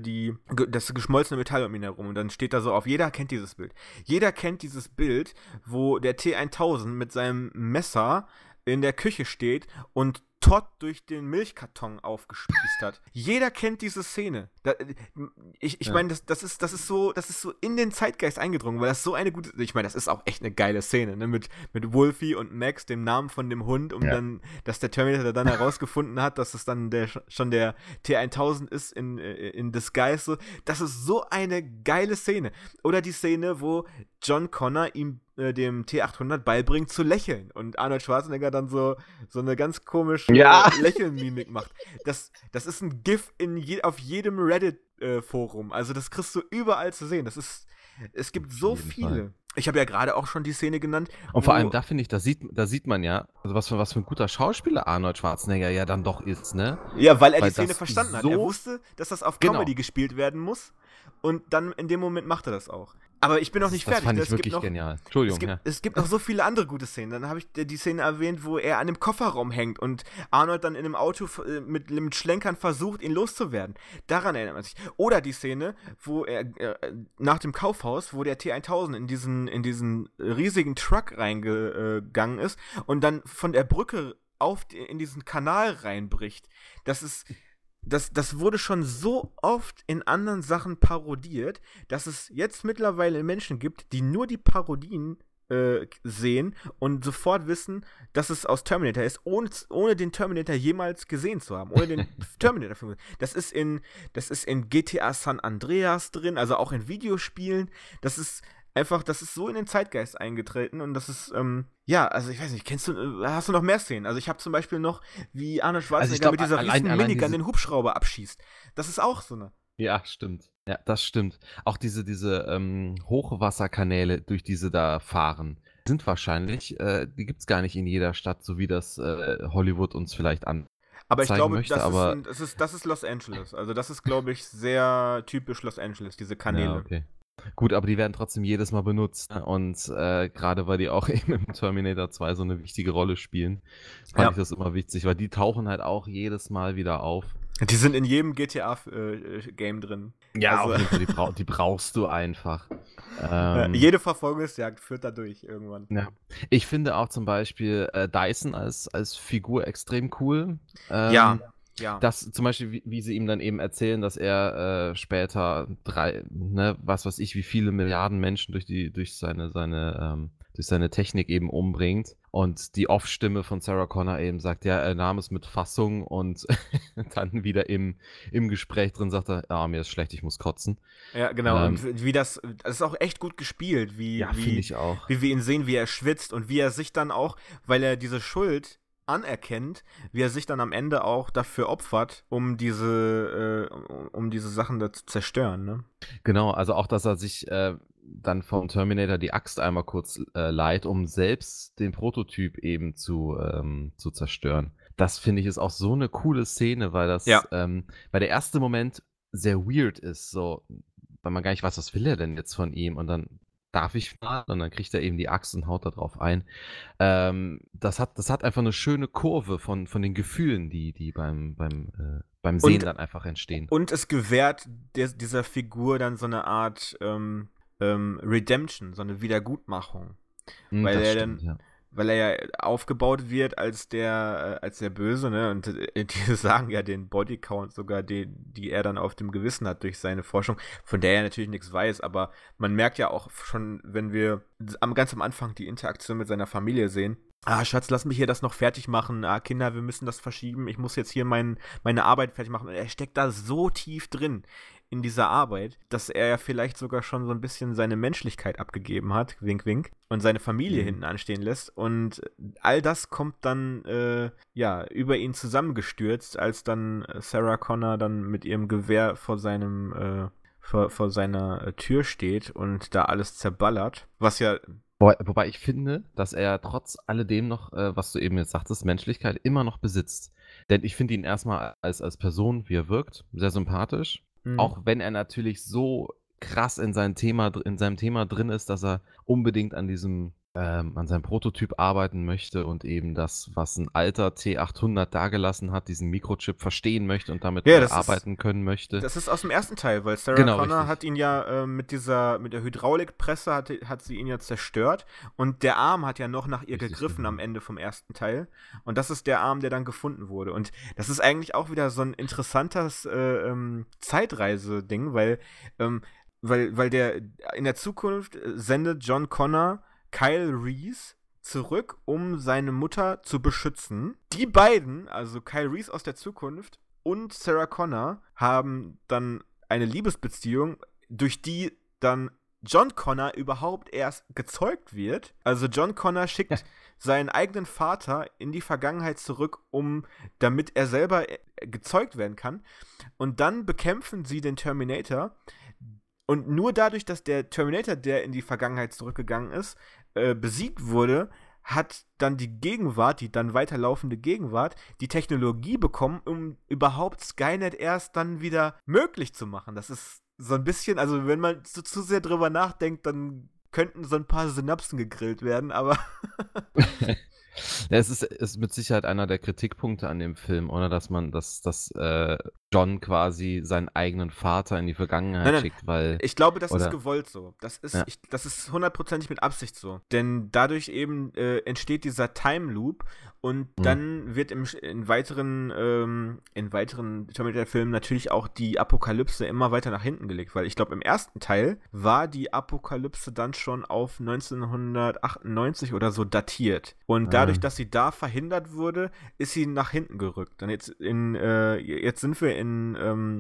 das geschmolzene Metall um ihn herum und dann steht da so auf. Jeder kennt dieses Bild. Jeder kennt dieses Bild, wo der T1000 mit seinem Messer in der Küche steht und Todd durch den Milchkarton aufgespießt hat. Jeder kennt diese Szene. Ich Ja. meine, das ist so in den Zeitgeist eingedrungen, weil das so eine gute. Ich meine, das ist auch echt eine geile Szene, ne? Mit Wolfie und Max, dem Namen von dem Hund, Ja. dass der Terminator dann herausgefunden hat, dass es dann schon der T1000 ist in Disguise. So. Das ist so eine geile Szene. Oder die Szene, wo John Connor ihm dem T800 beibringt zu lächeln und Arnold Schwarzenegger dann so eine ganz komische Ja. Lächelmimik macht. Das ist ein GIF auf jedem Reddit-Forum. Also das kriegst du überall zu sehen. Es gibt so jeden viele. Fall. Ich habe ja gerade auch schon die Szene genannt, Und vor allem da finde ich, da sieht man ja, also was für ein guter Schauspieler Arnold Schwarzenegger ja dann doch ist, ne? ja, weil er die Weil Szene das verstanden hat. Er so wusste, dass das auf genau. Comedy gespielt werden muss. Und dann in dem Moment macht er das auch. Aber ich bin noch nicht Das fertig. fand ne? ich wirklich genial. Entschuldigung, Es gibt noch so viele andere gute Szenen. Dann habe ich die Szene erwähnt, wo er an dem Kofferraum hängt und Arnold dann in einem Auto mit Schlenkern versucht, ihn loszuwerden. Daran erinnert man sich. Oder die Szene, wo er nach dem Kaufhaus, wo der T-1000 in diesen riesigen Truck reingegangen ist und dann von der Brücke in diesen Kanal reinbricht. Das wurde schon so oft in anderen Sachen parodiert, dass es jetzt mittlerweile Menschen gibt, die nur die Parodien sehen und sofort wissen, dass es aus Terminator ist, ohne den Terminator jemals gesehen zu haben. Ohne den Terminator-Film. Das ist in GTA San Andreas drin, also auch in Videospielen. Das ist so in den Zeitgeist eingetreten und das ist, also ich weiß nicht, hast du noch mehr Szenen? Also ich habe zum Beispiel noch, wie Arnold Schwarzenegger mit dieser riesigen Minigun den Hubschrauber abschießt. Das ist auch so eine. Ja, stimmt. Ja, das stimmt. Auch diese Hochwasserkanäle, durch die sie da fahren, sind wahrscheinlich, die gibt's gar nicht in jeder Stadt, so wie das Hollywood uns vielleicht Aber ich glaube, möchte, das ist Los Angeles. Also das ist, glaube ich, sehr typisch Los Angeles, diese Kanäle. Ja, okay. Gut, aber die werden trotzdem jedes Mal benutzt. Ne? Und gerade weil die auch eben im Terminator 2 so eine wichtige Rolle spielen, fand ich das immer wichtig, weil die tauchen halt auch jedes Mal wieder auf. Die sind in jedem GTA-Game drin. Ja, also, auf jeden Fall, die brauchst du einfach. Jede Verfolgungsjagd führt da durch irgendwann. Ja. Ich finde auch zum Beispiel Dyson als Figur extrem cool. Ja. Das zum Beispiel, wie sie ihm dann eben erzählen, dass er später was weiß ich, wie viele Milliarden Menschen durch seine Technik eben umbringt. Und die Off-Stimme von Sarah Connor eben sagt, ja, er nahm es mit Fassung und dann wieder im Gespräch drin sagt er, mir ist schlecht, ich muss kotzen. Ja, genau. Und wie das ist auch echt gut gespielt, finde ich auch. Wie wir ihn sehen, wie er schwitzt und wie er sich dann auch, weil er diese Schuld anerkennt, wie er sich dann am Ende auch dafür opfert, um diese Sachen da zu zerstören, ne? Genau, also auch, dass er sich dann vom Terminator die Axt einmal kurz leiht, um selbst den Prototyp eben zu zerstören. Das finde ich ist auch so eine coole Szene, weil weil der erste Moment sehr weird ist, so, weil man gar nicht weiß, was will er denn jetzt von ihm und dann darf ich mal? Und dann kriegt er eben die Axt und haut da drauf ein. Das hat einfach eine schöne Kurve von den Gefühlen, die beim Sehen dann einfach entstehen. Und es gewährt dieser Figur dann so eine Art Redemption, so eine Wiedergutmachung. Weil er ja aufgebaut wird als der Böse, ne? Und die sagen ja den Bodycount sogar, die er dann auf dem Gewissen hat durch seine Forschung, von der er natürlich nichts weiß, aber man merkt ja auch schon, wenn wir ganz am Anfang die Interaktion mit seiner Familie sehen, Schatz, lass mich hier das noch fertig machen. Kinder, wir müssen das verschieben. Ich muss jetzt hier meine Arbeit fertig machen. Und er steckt da so tief drin in dieser Arbeit, dass er ja vielleicht sogar schon so ein bisschen seine Menschlichkeit abgegeben hat, wink, wink, und seine Familie hinten anstehen lässt. Und all das kommt dann, über ihn zusammengestürzt, als dann Sarah Connor dann mit ihrem Gewehr vor seiner Tür steht und da alles zerballert. Was ja... Wobei ich finde, dass er trotz alledem noch, was du eben jetzt sagtest, Menschlichkeit immer noch besitzt. Denn ich finde ihn erstmal als Person, wie er wirkt, sehr sympathisch. Auch wenn er natürlich so krass in seinem Thema drin ist, dass er unbedingt an seinem Prototyp arbeiten möchte und eben das, was ein alter T800 dagelassen hat, diesen Mikrochip verstehen möchte und damit arbeiten können möchte. Das ist aus dem ersten Teil, weil Sarah Connor hat ihn ja mit der Hydraulikpresse hat sie ihn ja zerstört und der Arm hat ja noch nach ihr gegriffen am Ende vom ersten Teil und das ist der Arm, der dann gefunden wurde und das ist eigentlich auch wieder so ein interessantes Zeitreise-Ding, weil der in der Zukunft sendet John Connor Kyle Reese zurück, um seine Mutter zu beschützen. Die beiden, also Kyle Reese aus der Zukunft und Sarah Connor, haben dann eine Liebesbeziehung, durch die dann John Connor überhaupt erst gezeugt wird. Also John Connor schickt seinen eigenen Vater in die Vergangenheit zurück, damit er selber gezeugt werden kann. Und dann bekämpfen sie den Terminator. Und nur dadurch, dass der Terminator, der in die Vergangenheit zurückgegangen ist, besiegt wurde, hat dann die Gegenwart, die dann weiterlaufende Gegenwart, die Technologie bekommen, um überhaupt Skynet erst dann wieder möglich zu machen. Das ist so ein bisschen, also wenn man so zu sehr drüber nachdenkt, dann könnten so ein paar Synapsen gegrillt werden, aber Ja, es ist mit Sicherheit einer der Kritikpunkte an dem Film, oder? Dass John quasi seinen eigenen Vater in die Vergangenheit nein, schickt, weil. ich glaube, das ist Oder? gewollt so. Das Ja. ist hundertprozentig mit Absicht so. Denn dadurch eben entsteht dieser Time Loop und dann wird in weiteren Terminator-Filmen natürlich auch die Apokalypse immer weiter nach hinten gelegt, weil ich glaube, im ersten Teil war die Apokalypse dann schon auf 1998 oder so datiert. Und dadurch, dass sie da verhindert wurde, ist sie nach hinten gerückt. Dann jetzt sind wir in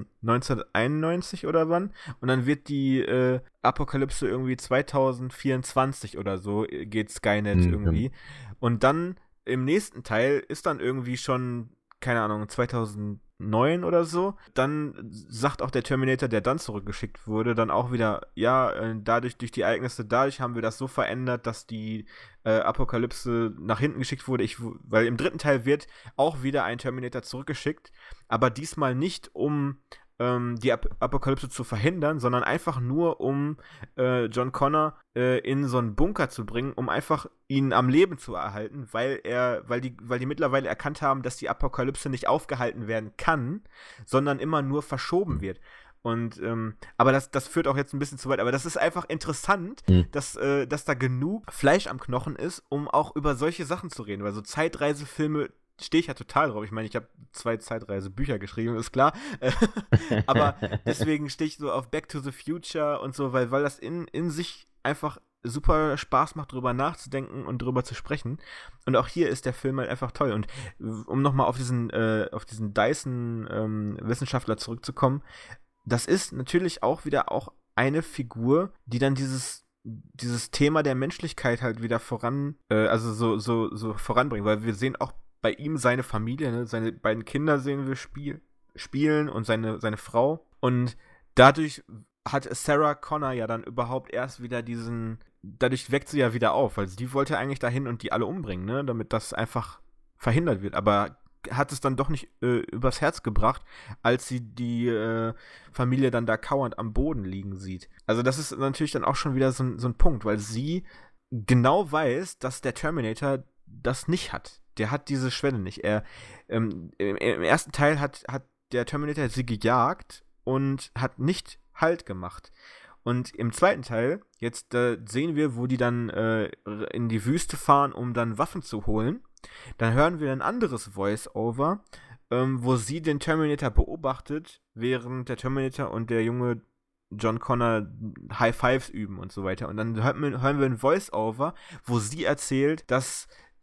1991 oder wann? Und dann wird die Apokalypse irgendwie 2024 oder so, geht Skynet irgendwie. Und dann im nächsten Teil ist dann irgendwie schon, keine Ahnung, 2009 oder so. Dann sagt auch der Terminator, der dann zurückgeschickt wurde, dann auch wieder, ja, durch die Ereignisse, dadurch haben wir das so verändert, dass die Apokalypse nach hinten geschickt wurde. Weil im dritten Teil wird auch wieder ein Terminator zurückgeschickt, aber diesmal nicht, um die Apokalypse zu verhindern, sondern einfach nur, um John Connor in so einen Bunker zu bringen, um einfach ihn am Leben zu erhalten, weil die mittlerweile erkannt haben, dass die Apokalypse nicht aufgehalten werden kann, sondern immer nur verschoben wird. Und aber das führt auch jetzt ein bisschen zu weit. Aber das ist einfach interessant, dass da genug Fleisch am Knochen ist, um auch über solche Sachen zu reden. Weil so Zeitreisefilme stehe ich ja total drauf. Ich meine, ich habe 2 Zeitreisebücher geschrieben, ist klar. Aber deswegen stehe ich so auf Back to the Future und so, weil das in sich einfach super Spaß macht, drüber nachzudenken und drüber zu sprechen. Und auch hier ist der Film halt einfach toll. Und um nochmal auf diesen Dyson-Wissenschaftler zurückzukommen, das ist natürlich auch wieder eine Figur, die dann dieses Thema der Menschlichkeit halt wieder voranbringt, weil wir sehen auch bei ihm seine Familie, ne? Seine beiden Kinder sehen wir spielen und seine Frau. Und dadurch hat Sarah Connor ja dann überhaupt erst wieder dadurch weckt sie ja wieder auf, weil die wollte eigentlich dahin und die alle umbringen, ne? Damit das einfach verhindert wird. Aber hat es dann doch nicht übers Herz gebracht, als sie die Familie dann da kauernd am Boden liegen sieht. Also das ist natürlich dann auch schon wieder so ein Punkt, weil sie genau weiß, dass der Terminator das nicht hat. Der hat diese Schwelle nicht. Im ersten Teil hat der Terminator sie gejagt und hat nicht Halt gemacht. Und im zweiten Teil, jetzt sehen wir, wo die dann in die Wüste fahren, um dann Waffen zu holen. Dann hören wir ein anderes Voice-Over, wo sie den Terminator beobachtet, während der Terminator und der junge John Connor High Fives üben und so weiter. Und dann hören wir ein Voice-Over, wo sie erzählt, dass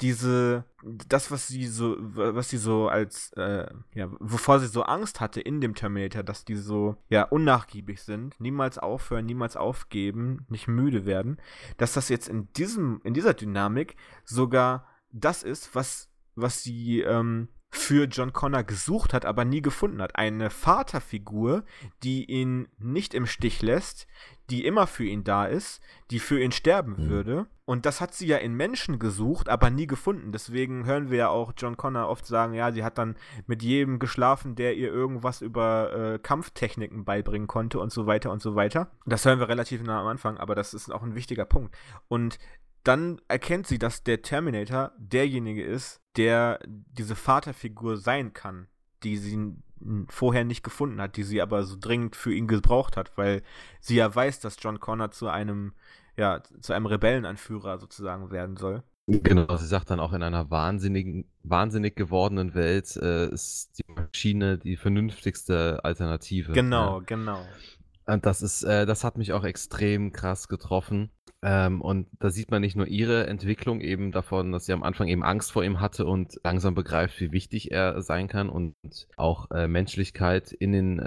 was sie so als, wovor sie so Angst hatte in dem Terminator, dass die so, unnachgiebig sind, niemals aufhören, niemals aufgeben, nicht müde werden, dass das jetzt in dieser Dynamik sogar das ist, was sie, für John Connor gesucht hat, aber nie gefunden hat. Eine Vaterfigur, die ihn nicht im Stich lässt, die immer für ihn da ist, die für ihn sterben würde. Und das hat sie ja in Menschen gesucht, aber nie gefunden. Deswegen hören wir ja auch John Connor oft sagen, ja, sie hat dann mit jedem geschlafen, der ihr irgendwas über Kampftechniken beibringen konnte und so weiter und so weiter. Das hören wir relativ nah am Anfang, aber das ist auch ein wichtiger Punkt. Und dann erkennt sie, dass der Terminator derjenige ist, der diese Vaterfigur sein kann, die sie vorher nicht gefunden hat, die sie aber so dringend für ihn gebraucht hat, weil sie ja weiß, dass John Connor zu einem Rebellenanführer sozusagen werden soll. Genau, sie sagt dann auch, in einer wahnsinnig gewordenen Welt ist die Maschine die vernünftigste Alternative. Genau, ja. genau. Und das hat mich auch extrem krass getroffen. Und da sieht man nicht nur ihre Entwicklung eben davon, dass sie am Anfang eben Angst vor ihm hatte und langsam begreift, wie wichtig er sein kann und auch Menschlichkeit in den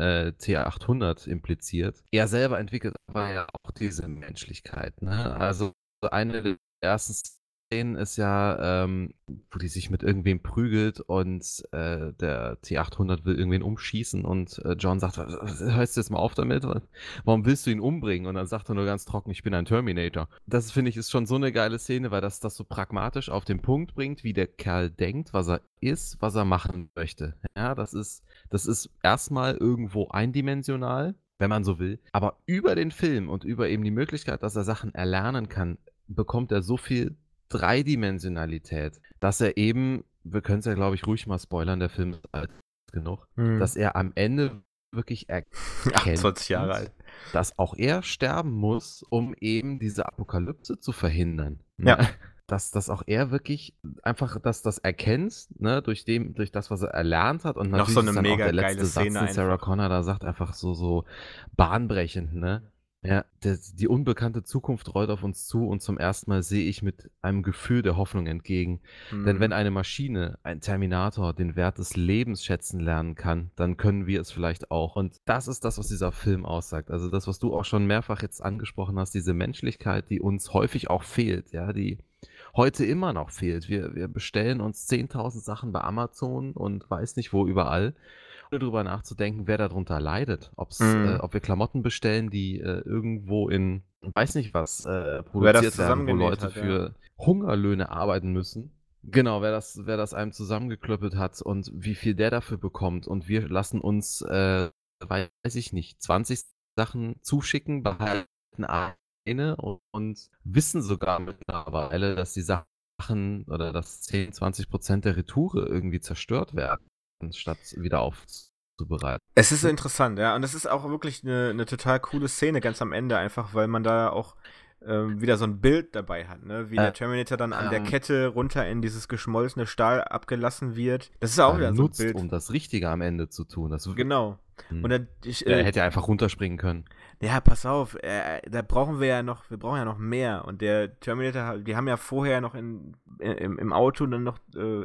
T800 impliziert. Er selber entwickelt aber ja auch diese Menschlichkeit. Ne? Also eine der ersten Szenen ist ja, wo die sich mit irgendwem prügelt und der T800 will irgendwen umschießen und John sagt, hörst du jetzt mal auf damit? Warum willst du ihn umbringen? Und dann sagt er nur ganz trocken, ich bin ein Terminator. Das finde ich ist schon so eine geile Szene, weil das so pragmatisch auf den Punkt bringt, wie der Kerl denkt, was er ist, was er machen möchte. Ja, das ist erstmal irgendwo eindimensional, wenn man so will. Aber über den Film und über eben die Möglichkeit, dass er Sachen erlernen kann, bekommt er so viel Dreidimensionalität, dass er eben, wir können es ja, glaube ich, ruhig mal spoilern, der Film ist alt genug, dass er am Ende wirklich erkennt, 28 Jahre alt. dass auch er sterben muss, um eben diese Apokalypse zu verhindern. Ja. Ne? Dass auch er wirklich einfach das erkennt, ne, durch das, was er erlernt hat. Und Noch natürlich so eine ist dann auch mega der geile letzte Satz, Szene den Sarah einfach. Connor da sagt, einfach so bahnbrechend, ne? Ja, die unbekannte Zukunft rollt auf uns zu und zum ersten Mal sehe ich mit einem Gefühl der Hoffnung entgegen. Denn wenn eine Maschine, ein Terminator, den Wert des Lebens schätzen lernen kann, dann können wir es vielleicht auch. Und das ist das, was dieser Film aussagt. Also das, was du auch schon mehrfach jetzt angesprochen hast, diese Menschlichkeit, die uns häufig auch fehlt, ja, die heute immer noch fehlt. Wir bestellen uns 10.000 Sachen bei Amazon und weiß nicht wo überall, ohne drüber nachzudenken, wer darunter leidet. Ob wir Klamotten bestellen, die irgendwo in, weiß nicht was, Wer das produziert werden, wo zusammengenäht Leute hat, ja. für Hungerlöhne arbeiten müssen. Genau, wer das einem zusammengeklöppelt hat und wie viel der dafür bekommt. Und wir lassen uns, weiß ich nicht, 20 Sachen zuschicken, behalten eine und wissen sogar mittlerweile, dass die Sachen oder dass 10-20% der Retoure irgendwie zerstört werden, statt wieder aufzubereiten. Es ist interessant, ja. Und es ist auch wirklich eine total coole Szene ganz am Ende, einfach weil man da auch wieder so ein Bild dabei hat, ne? Wie der Terminator dann an der Kette runter in dieses geschmolzene Stahl abgelassen wird. Das ist auch wieder so ein nutzt, Bild. um das Richtige am Ende zu tun. Genau. Und dann, er hätte ja einfach runterspringen können. Ja, pass auf, da brauchen wir brauchen ja noch mehr. Und der Terminator, die haben ja vorher noch im Auto dann noch,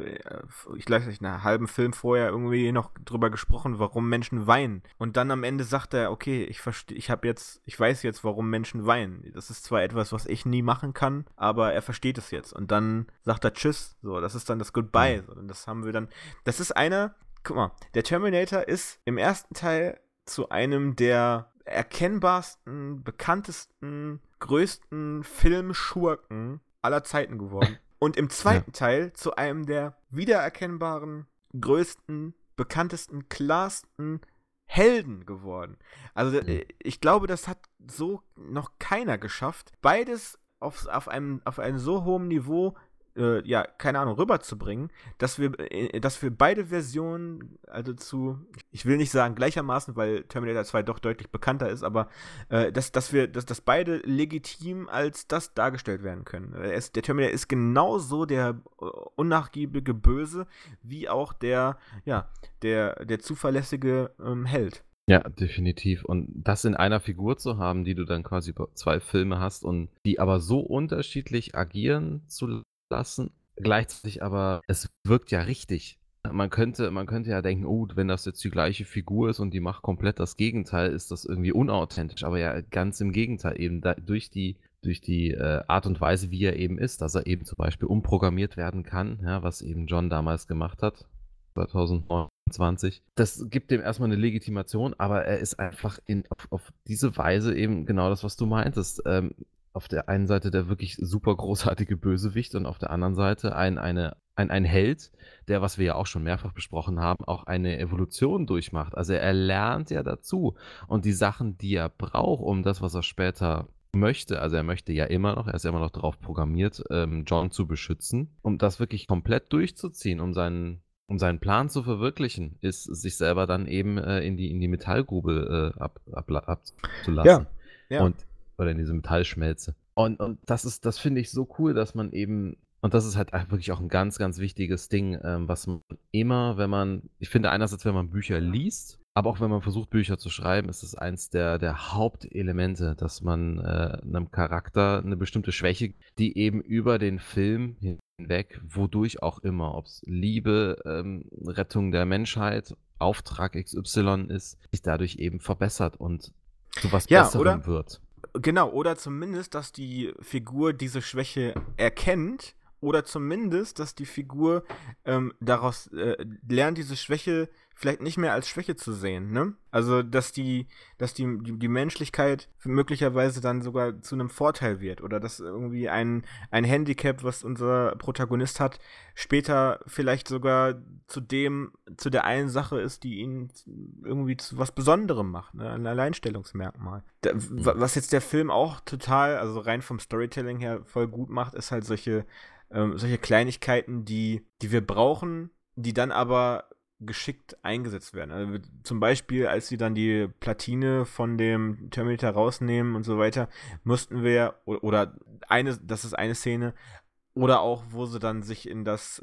ich weiß nicht, einen halben Film vorher irgendwie noch drüber gesprochen, warum Menschen weinen. Und dann am Ende sagt er, okay, ich weiß jetzt, warum Menschen weinen. Das ist zwar etwas, was ich nie machen kann, aber er versteht es jetzt. Und dann sagt er Tschüss, so, das ist dann das Goodbye. So, und das haben wir dann, das ist guck mal, der Terminator ist im ersten Teil zu einem der erkennbarsten, bekanntesten, größten Filmschurken aller Zeiten geworden. Und im zweiten Teil zu einem der wiedererkennbaren, größten, bekanntesten, klarsten Helden geworden. Also ich glaube, das hat so noch keiner geschafft, beides auf einem so hohen Niveau keine Ahnung, rüberzubringen, dass wir beide Versionen, also ich will nicht sagen gleichermaßen, weil Terminator 2 doch deutlich bekannter ist, aber dass beide legitim als das dargestellt werden können. Der Terminator ist genauso der unnachgiebige Böse, wie auch der zuverlässige Held. Ja, definitiv. Und das in einer Figur zu haben, die du dann quasi über 2 Filme hast und die aber so unterschiedlich agieren zu lassen, gleichzeitig aber es wirkt ja richtig. Man könnte ja denken, oh, wenn das jetzt die gleiche Figur ist und die macht komplett das Gegenteil, ist das irgendwie unauthentisch. Aber ja, ganz im Gegenteil, eben durch die Art und Weise, wie er eben ist, dass er eben zum Beispiel umprogrammiert werden kann, ja, was eben John damals gemacht hat, 2029. Das gibt dem erstmal eine Legitimation, aber er ist einfach auf diese Weise eben genau das, was du meintest. Auf der einen Seite der wirklich super großartige Bösewicht und auf der anderen Seite ein Held, der, was wir ja auch schon mehrfach besprochen haben, auch eine Evolution durchmacht. Also er lernt ja dazu. Und die Sachen, die er braucht, um das, was er später möchte, also er möchte ja immer noch, er ist ja immer noch darauf programmiert, John zu beschützen, um das wirklich komplett durchzuziehen, um seinen Plan zu verwirklichen, ist sich selber dann eben in die Metallgrube abzulassen. Ja. Oder in diese Metallschmelze. Und das finde ich so cool, dass man eben, und das ist halt wirklich auch ein ganz, ganz wichtiges Ding, was man immer, ich finde einerseits, wenn man Bücher liest, Aber auch wenn man versucht, Bücher zu schreiben, ist es eins der Hauptelemente, dass man 'nem Charakter eine bestimmte Schwäche, die eben über den Film hinweg, wodurch auch immer, ob es Liebe, Rettung der Menschheit, Auftrag XY ist, sich dadurch eben verbessert und zu was Ja, oder? Besserem wird. Genau, oder zumindest, dass die Figur diese Schwäche erkennt oder zumindest, dass die Figur daraus lernt, diese Schwäche vielleicht nicht mehr als Schwäche zu sehen, ne? Also, dass die Menschlichkeit möglicherweise dann sogar zu einem Vorteil wird oder dass irgendwie ein Handicap, was unser Protagonist hat, später vielleicht sogar zu der einen Sache ist, die ihn irgendwie zu was Besonderem macht, ne? Ein Alleinstellungsmerkmal. Mhm. Was jetzt der Film auch total, also rein vom Storytelling her voll gut macht, ist halt solche Kleinigkeiten, die wir brauchen, die dann aber geschickt eingesetzt werden. Also zum Beispiel, als sie dann die Platine von dem Terminator rausnehmen und so weiter, mussten wir, oder das ist eine Szene, oder auch, wo sie dann sich in das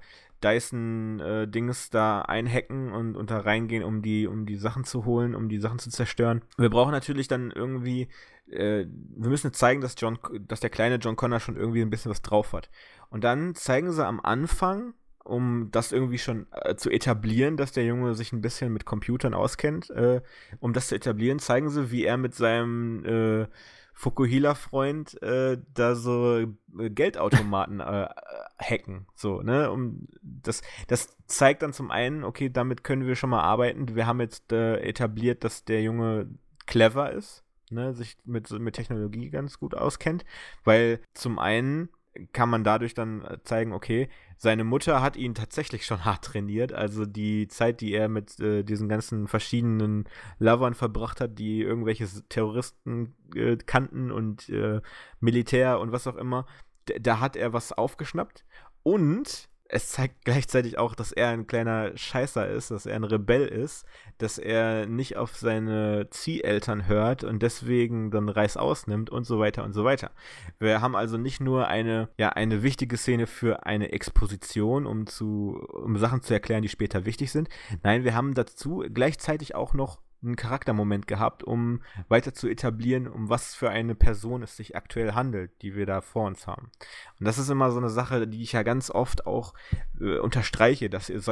Dyson-Dings da einhacken und da reingehen, um die Sachen zu holen, um die Sachen zu zerstören. Wir brauchen natürlich dann irgendwie, wir müssen zeigen, dass der kleine John Connor schon irgendwie ein bisschen was drauf hat. Und dann zeigen sie am Anfang, um das irgendwie schon zu etablieren, dass der Junge sich ein bisschen mit Computern auskennt, um das zu etablieren, zeigen sie, wie er mit seinem Fukuhila-Freund da so Geldautomaten hacken. So, ne? Das zeigt dann zum einen, okay, damit können wir schon mal arbeiten. Wir haben jetzt etabliert, dass der Junge clever ist, ne? Sich mit Technologie ganz gut auskennt. Weil zum einen kann man dadurch dann zeigen, okay, seine Mutter hat ihn tatsächlich schon hart trainiert. Also die Zeit, die er mit diesen ganzen verschiedenen Lovern verbracht hat, die irgendwelche Terroristen kannten und Militär und was auch immer, da hat er was aufgeschnappt. Und es zeigt gleichzeitig auch, dass er ein kleiner Scheißer ist, dass er ein Rebell ist, dass er nicht auf seine Zieheltern hört und deswegen dann Reißaus nimmt und so weiter und so weiter. Wir haben also nicht nur eine wichtige Szene für eine Exposition, um Sachen zu erklären, die später wichtig sind. Nein, wir haben dazu gleichzeitig auch noch einen Charaktermoment gehabt, um weiter zu etablieren, um was für eine Person es sich aktuell handelt, die wir da vor uns haben. Und das ist immer so eine Sache, die ich ja ganz oft auch unterstreiche, dass ihr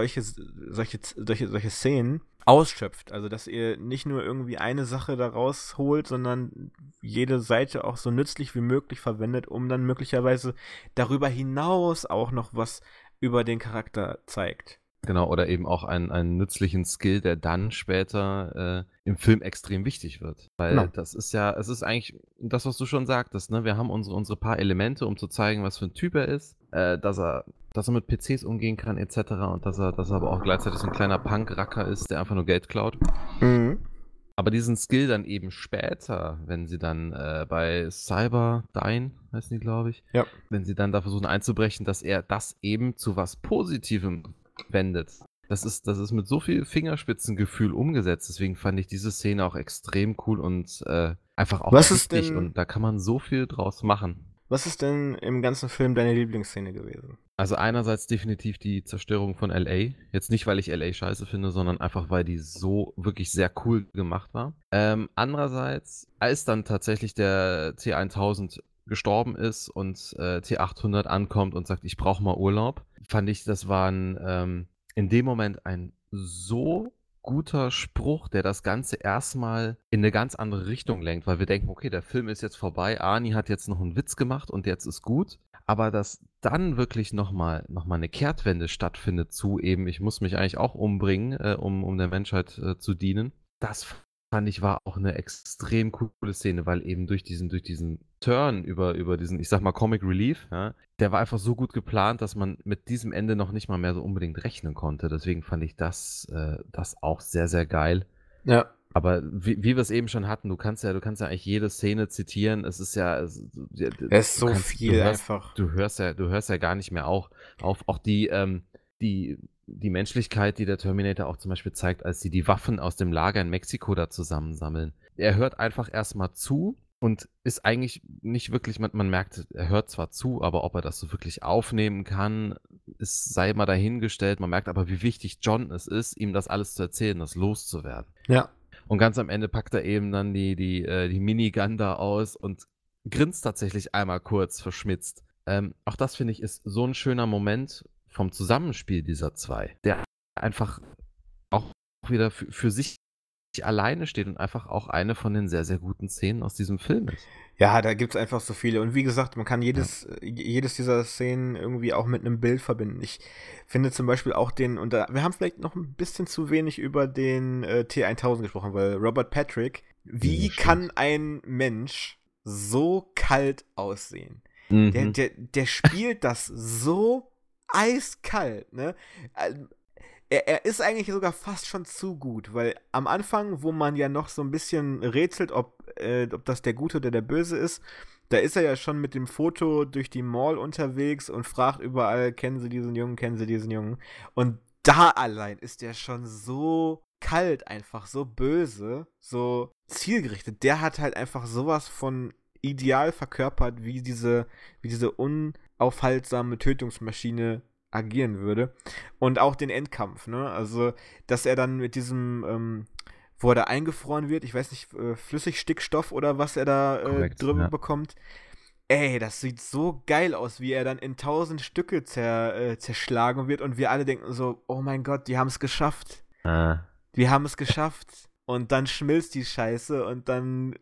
solche Szenen ausschöpft. Also, dass ihr nicht nur irgendwie eine Sache daraus holt, sondern jede Seite auch so nützlich wie möglich verwendet, um dann möglicherweise darüber hinaus auch noch was über den Charakter zeigt. Genau, oder eben auch einen nützlichen Skill, der dann später, im Film extrem wichtig wird. Weil Genau. das ist ja es ist eigentlich das, was du schon sagtest, ne? Wir haben unsere paar Elemente, um zu zeigen, was für 'n Typ er ist, dass er mit PCs umgehen kann et cetera und dass er aber auch gleichzeitig so 'n kleiner Punk-Racker ist, der einfach nur Geld klaut. Mhm. Aber diesen Skill dann eben später, wenn sie dann, bei Cyberdyne heißen die, glaube ich, Ja. wenn sie dann da versuchen einzubrechen, dass er das eben zu was Positivem wendet. Das ist mit so viel Fingerspitzengefühl umgesetzt. Deswegen fand ich diese Szene auch extrem cool und, einfach auch Was ist wichtig denn und da kann man so viel draus machen. Was ist denn im ganzen Film deine Lieblingsszene gewesen? Also einerseits definitiv die Zerstörung von LA. Jetzt nicht, weil ich LA scheiße finde, sondern einfach, weil die so wirklich sehr cool gemacht war. Andererseits, als dann tatsächlich der T1000 gestorben ist und T800 ankommt und sagt, ich brauche mal Urlaub, fand ich, das war in dem Moment ein so guter Spruch, der das Ganze erstmal in eine ganz andere Richtung lenkt, weil wir denken, okay, der Film ist jetzt vorbei, Arnie hat jetzt noch einen Witz gemacht und jetzt ist gut. Aber dass dann wirklich noch mal 'ne Kehrtwende stattfindet zu eben: „Ich muss mich eigentlich auch umbringen, um der Menschheit, zu dienen." Das fand ich, war auch 'ne extrem coole Szene, weil eben durch diesen Turn über diesen, ich sage mal, Comic Relief, ja, der war einfach so gut geplant, dass man mit diesem Ende noch nicht mal mehr so unbedingt rechnen konnte. Deswegen fand ich das auch sehr, sehr geil. Ja. Aber wie wir's eben schon hatten, du kannst ja eigentlich jede Szene zitieren. Es ist ja Es ist du so kannst du viel hörst einfach. du hörst ja gar nicht mehr auf. Auch die Menschlichkeit, die der Terminator auch zum Beispiel zeigt, als sie die Waffen aus dem Lager in Mexiko da zusammensammeln. Er hört einfach erst mal zu und ist eigentlich nicht wirklich, man merkt, er hört zwar zu, aber ob er das so wirklich aufnehmen kann, sei mal dahingestellt. Man merkt aber, wie wichtig John es ist, ihm das alles zu erzählen, das loszuwerden. Ja. Und ganz am Ende packt er eben dann die Minigun da aus und grinst tatsächlich einmal kurz verschmitzt. Auch das, finde ich, ist so ein schöner Moment vom Zusammenspiel dieser zwei, der einfach auch wieder für sich alleine steht und einfach auch eine von den sehr, sehr guten Szenen aus diesem Film ist. Ja, da gibt's einfach so viele. Und wie gesagt, man kann Ja. jedes dieser Szenen irgendwie auch mit einem Bild verbinden. Ich finde zum Beispiel auch wir haben vielleicht noch ein bisschen zu wenig über den T-1000 gesprochen, weil Robert Patrick, wie Stimmt. kann ein Mensch so kalt aussehen? Mhm. Der spielt das so eiskalt, ne? Er ist eigentlich sogar fast schon zu gut, weil am Anfang, wo man ja noch so ein bisschen rätselt, ob das der Gute oder der Böse ist, da ist er ja schon mit dem Foto durch die Mall unterwegs und fragt überall, kennen Sie diesen Jungen, kennen Sie diesen Jungen? Und da allein ist der schon so kalt einfach, so böse, so zielgerichtet. Der hat halt einfach sowas von ideal verkörpert, wie diese unaufhaltsame Tötungsmaschine agieren würde. Und auch den Endkampf, ne? Also, dass er dann mit wo er da eingefroren wird, ich weiß nicht, Flüssigstickstoff oder was er da Korrekt, drüber ja. bekommt. Ey, das sieht so geil aus, wie er dann in 1000 Stücke zerschlagen wird und wir alle denken so, oh mein Gott, die haben es geschafft. Wir haben es geschafft. Und dann schmilzt die Scheiße und dann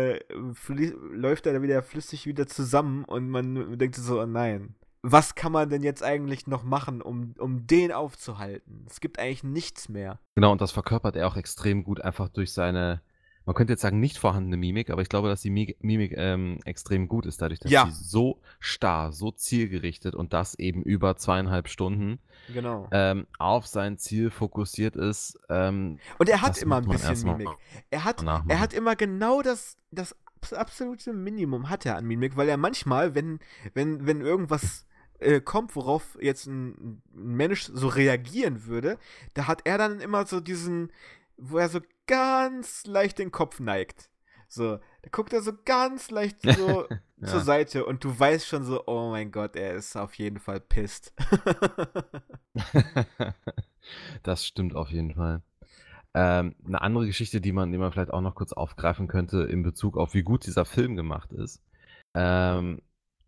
läuft er da wieder flüssig wieder zusammen und man denkt so, oh nein. Was kann man denn jetzt eigentlich noch machen, um den aufzuhalten? Es gibt eigentlich nichts mehr. Genau, und das verkörpert er auch extrem gut, einfach durch seine, man könnte jetzt sagen, nicht vorhandene Mimik, aber ich glaube, dass die Mimik extrem gut ist, dadurch, dass sie Ja, so starr, so zielgerichtet und das eben über 2,5 Stunden genau. auf sein Ziel fokussiert ist. Und er hat Das immer muss ein man bisschen erstmal Mimik. Er nachmachen. hat immer genau das absolute Minimum hat er an Mimik, weil er manchmal, wenn irgendwas kommt, worauf jetzt ein Mensch so reagieren würde, da hat er dann immer so wo er so ganz leicht den Kopf neigt. So, da guckt er so ganz leicht so zur Ja. Seite und du weißt schon so, oh mein Gott, er ist auf jeden Fall pisst. Das stimmt auf jeden Fall. 'Ne andere Geschichte, die man vielleicht auch noch kurz aufgreifen könnte in Bezug auf wie gut dieser Film gemacht ist. Ähm,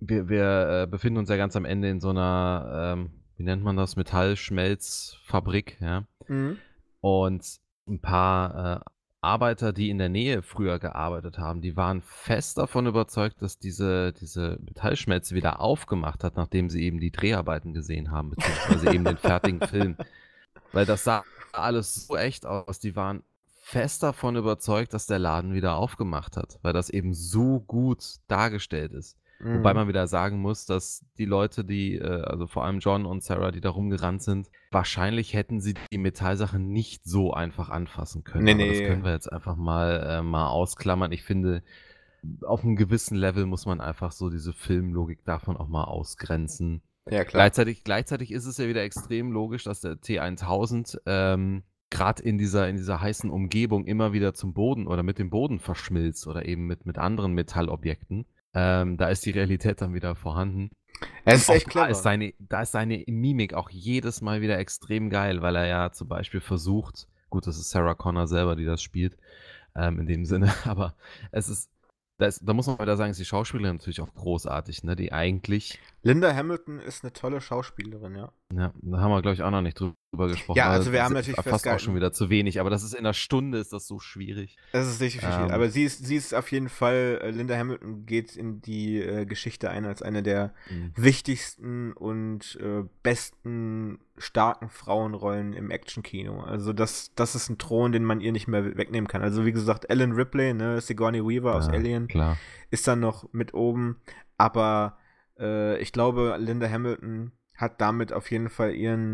wir befinden uns ja ganz am Ende in so 'ner, wie nennt man das, Metallschmelzfabrik, ja? Mhm. Und 'n paar, Arbeiter, die in der Nähe früher gearbeitet haben, die waren fest davon überzeugt, dass diese Metallschmelze wieder aufgemacht hat, nachdem sie eben die Dreharbeiten gesehen haben, beziehungsweise eben den fertigen Film. Weil das sah alles so echt aus. Die waren fest davon überzeugt, dass der Laden wieder aufgemacht hat, weil das eben so gut dargestellt ist. Wobei Mhm. man wieder sagen muss, dass die Leute, also vor allem John und Sarah, die da rumgerannt sind, wahrscheinlich hätten sie die Metallsachen nicht so einfach anfassen können. Nee, Aber das nee. können wir jetzt einfach mal ausklammern. Ich finde, auf 'nem gewissen Level muss man einfach so diese Filmlogik davon auch mal ausgrenzen. Ja, klar. Gleichzeitig ist es ja wieder extrem logisch, dass der T1000, grad in dieser heißen Umgebung immer wieder zum Boden oder mit dem Boden verschmilzt oder eben mit anderen Metallobjekten. Da ist die Realität dann wieder vorhanden. Es Und ist auch echt clever. da ist seine Mimik auch jedes Mal wieder extrem geil, weil er ja zum Beispiel versucht, gut, das ist Sarah Connor selber, die das spielt, in dem Sinne, aber es ist da muss man wieder sagen, ist die Schauspielerin natürlich auch großartig, ne, die eigentlich. Linda Hamilton ist eine tolle Schauspielerin, ja. Ja, da haben wir, glaube ich, auch noch nicht drüber gesprochen, Ja, aber also wir das haben ist natürlich fast auch schon festgehalten, wieder zu wenig, aber das ist in 'ner Stunde ist das so schwierig. es ist richtig viel. Ähm, Aber sie ist auf jeden Fall, Linda Hamilton geht in die Geschichte ein als eine der mhm, wichtigsten und besten, starken Frauenrollen im Actionkino. Also das ist ein Thron, den man ihr nicht mehr wegnehmen kann. Also wie gesagt, Ellen Ripley, ne, Sigourney Weaver aus ja, Alien, klar. ist dann noch mit oben. Aber ich glaube, Linda Hamilton hat damit auf jeden Fall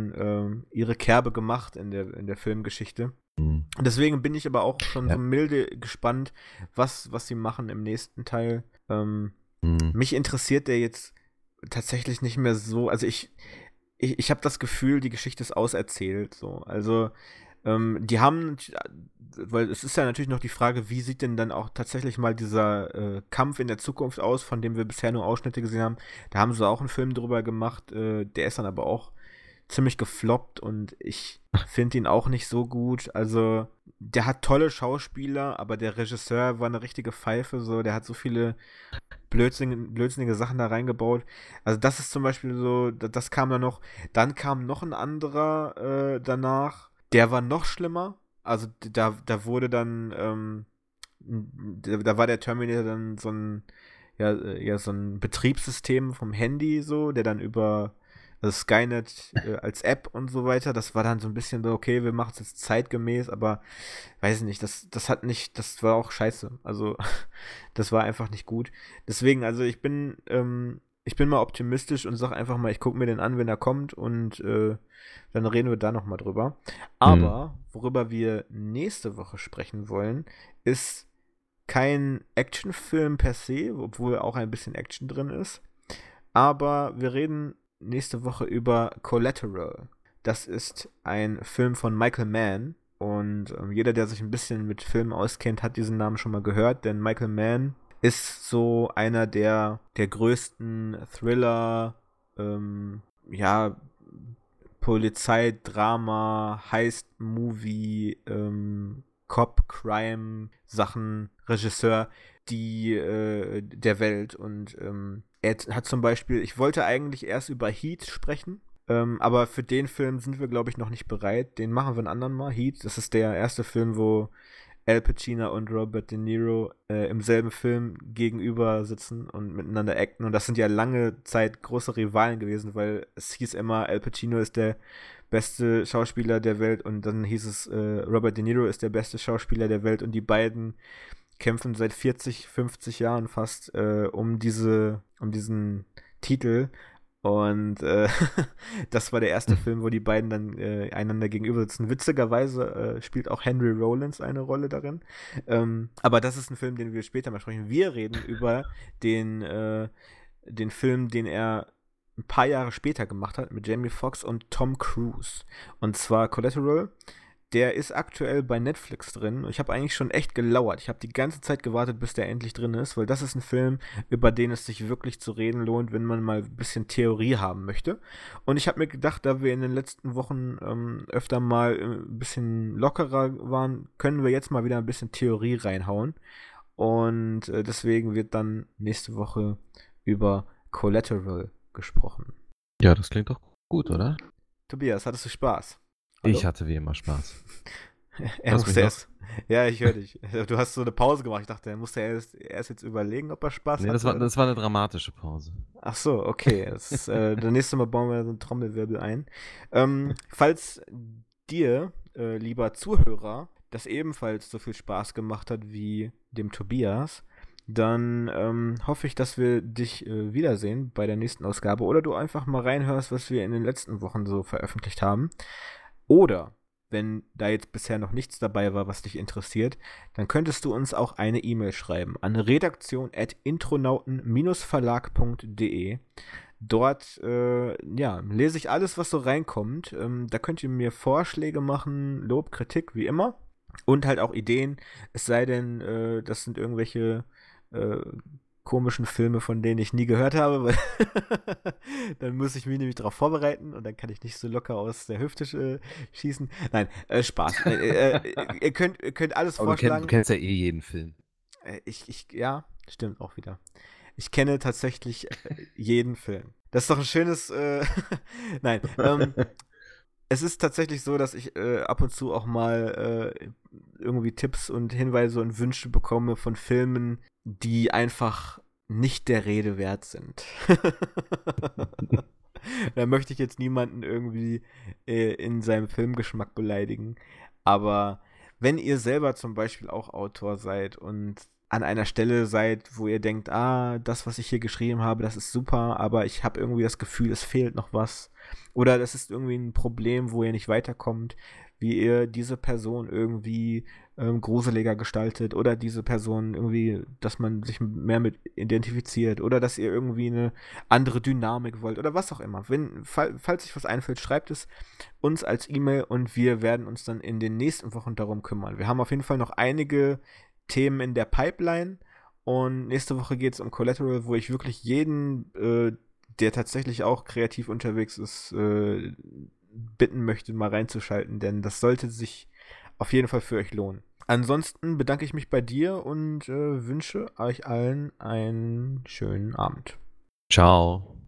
ihre Kerbe gemacht in der Filmgeschichte. Mhm, Deswegen bin ich aber auch schon ja, so milde gespannt, was sie machen im nächsten Teil. mhm, Mich interessiert der jetzt tatsächlich nicht mehr so. Also ich habe das Gefühl, die Geschichte ist auserzählt. So. Also die haben weil es ist ja natürlich noch die Frage, wie sieht denn dann auch tatsächlich mal dieser Kampf in der Zukunft aus, von dem wir bisher nur Ausschnitte gesehen haben. Da haben sie auch einen Film drüber gemacht, der ist dann aber auch ziemlich gefloppt und ich finde ihn auch nicht so gut. Also, der hat tolle Schauspieler, aber der Regisseur war eine richtige Pfeife, so, der hat so viele blödsinnige Sachen da reingebaut. Also, das ist zum Beispiel so, das kam dann kam noch ein anderer danach, der war noch schlimmer. Also, da wurde dann, da war der Terminator dann so ein, ja, so ein Betriebssystem vom Handy, so, der dann über also Skynet als App und so weiter, das war dann so ein bisschen so, okay, wir machen es jetzt zeitgemäß, aber weiß nicht, das war auch scheiße. Also, das war einfach nicht gut. Deswegen, also ich bin mal optimistisch und sag einfach mal, ich gucke mir den an, wenn er kommt und dann reden wir da nochmal drüber. Aber, worüber wir nächste Woche sprechen wollen, ist kein Actionfilm per se, obwohl auch ein bisschen Action drin ist. Aber wir reden nächste Woche über Collateral. Das ist ein Film von Michael Mann. Und jeder, der sich ein bisschen mit Filmen auskennt, hat diesen Namen schon mal gehört, denn Michael Mann ist so einer der größten Thriller, ja, Polizeidrama, Heist-Movie, Cop-Crime-Sachen, Regisseur, der Welt. Und er hat zum Beispiel, ich wollte eigentlich erst über Heat sprechen, aber für den Film sind wir, glaube ich, noch nicht bereit. Den machen wir ein anderen Mal. Heat, das ist der erste Film, wo Al Pacino und Robert De Niro im selben Film gegenüber sitzen und miteinander acten. Und das sind ja lange Zeit große Rivalen gewesen, weil es hieß immer, Al Pacino ist der beste Schauspieler der Welt und dann hieß es, Robert De Niro ist der beste Schauspieler der Welt und die beiden kämpfen seit 40, 50 Jahren fast um diesen Titel. Und das war der erste Film, wo die beiden dann einander gegenüber sitzen. Witzigerweise spielt auch Henry Rollins eine Rolle darin. Aber das ist ein Film, den wir später mal sprechen. Wir reden über den Film, den er ein paar Jahre später gemacht hat, mit Jamie Foxx und Tom Cruise. Und zwar Collateral. Der ist aktuell bei Netflix drin. Ich habe eigentlich schon echt gelauert. Ich habe die ganze Zeit gewartet, bis der endlich drin ist, weil das ist ein Film, über den es sich wirklich zu reden lohnt, wenn man mal ein bisschen Theorie haben möchte. Und ich habe mir gedacht, da wir in den letzten Wochen öfter mal ein bisschen lockerer waren, können wir jetzt mal wieder ein bisschen Theorie reinhauen. Und deswegen wird dann nächste Woche über Collateral gesprochen. Ja, das klingt doch gut, oder? Tobias, hattest du Spaß? Hallo? Ich hatte wie immer Spaß. Er musste erst. Ja, ich höre dich. Du hast so eine Pause gemacht. Ich dachte, er musste erst jetzt überlegen, ob er Spaß hat. Nee, das war eine dramatische Pause. Ach so, okay. Das nächste Mal bauen wir so einen Trommelwirbel ein. Falls dir, lieber Zuhörer, das ebenfalls so viel Spaß gemacht hat wie dem Tobias, dann hoffe ich, dass wir dich wiedersehen bei der nächsten Ausgabe oder du einfach mal reinhörst, was wir in den letzten Wochen so veröffentlicht haben. Oder, wenn da jetzt bisher noch nichts dabei war, was dich interessiert, dann könntest du uns auch eine E-Mail schreiben an redaktion@intronauten-verlag.de. Dort lese ich alles, was so reinkommt. Da könnt ihr mir Vorschläge machen, Lob, Kritik, wie immer. Und halt auch Ideen. Es sei denn, das sind irgendwelche komischen Filme, von denen ich nie gehört habe, weil dann muss ich mich nämlich darauf vorbereiten und dann kann ich nicht so locker aus der Hüfte schießen. Nein, Spaß. Ihr könnt alles vorschlagen. Du kennst ja eh jeden Film. Ja, stimmt auch wieder. Ich kenne tatsächlich jeden Film. Das ist doch ein schönes, nein, es ist tatsächlich so, dass ich ab und zu auch mal irgendwie Tipps und Hinweise und Wünsche bekomme von Filmen, die einfach nicht der Rede wert sind. Da möchte ich jetzt niemanden irgendwie in seinem Filmgeschmack beleidigen. Aber wenn ihr selber zum Beispiel auch Autor seid und an einer Stelle seid, wo ihr denkt, das, was ich hier geschrieben habe, das ist super, aber ich habe irgendwie das Gefühl, es fehlt noch was. Oder das ist irgendwie ein Problem, wo ihr nicht weiterkommt. wie ihr diese Person irgendwie gruseliger gestaltet oder diese Person irgendwie, dass man sich mehr mit identifiziert oder dass ihr irgendwie eine andere Dynamik wollt oder was auch immer. Falls euch was einfällt, schreibt es uns als E-Mail und wir werden uns dann in den nächsten Wochen darum kümmern. Wir haben auf jeden Fall noch einige Themen in der Pipeline und nächste Woche geht es um Collateral, wo ich wirklich jeden, der tatsächlich auch kreativ unterwegs ist, bitten möchte, mal reinzuschalten, denn das sollte sich auf jeden Fall für euch lohnen. Ansonsten bedanke ich mich bei dir und wünsche euch allen einen schönen Abend. Ciao.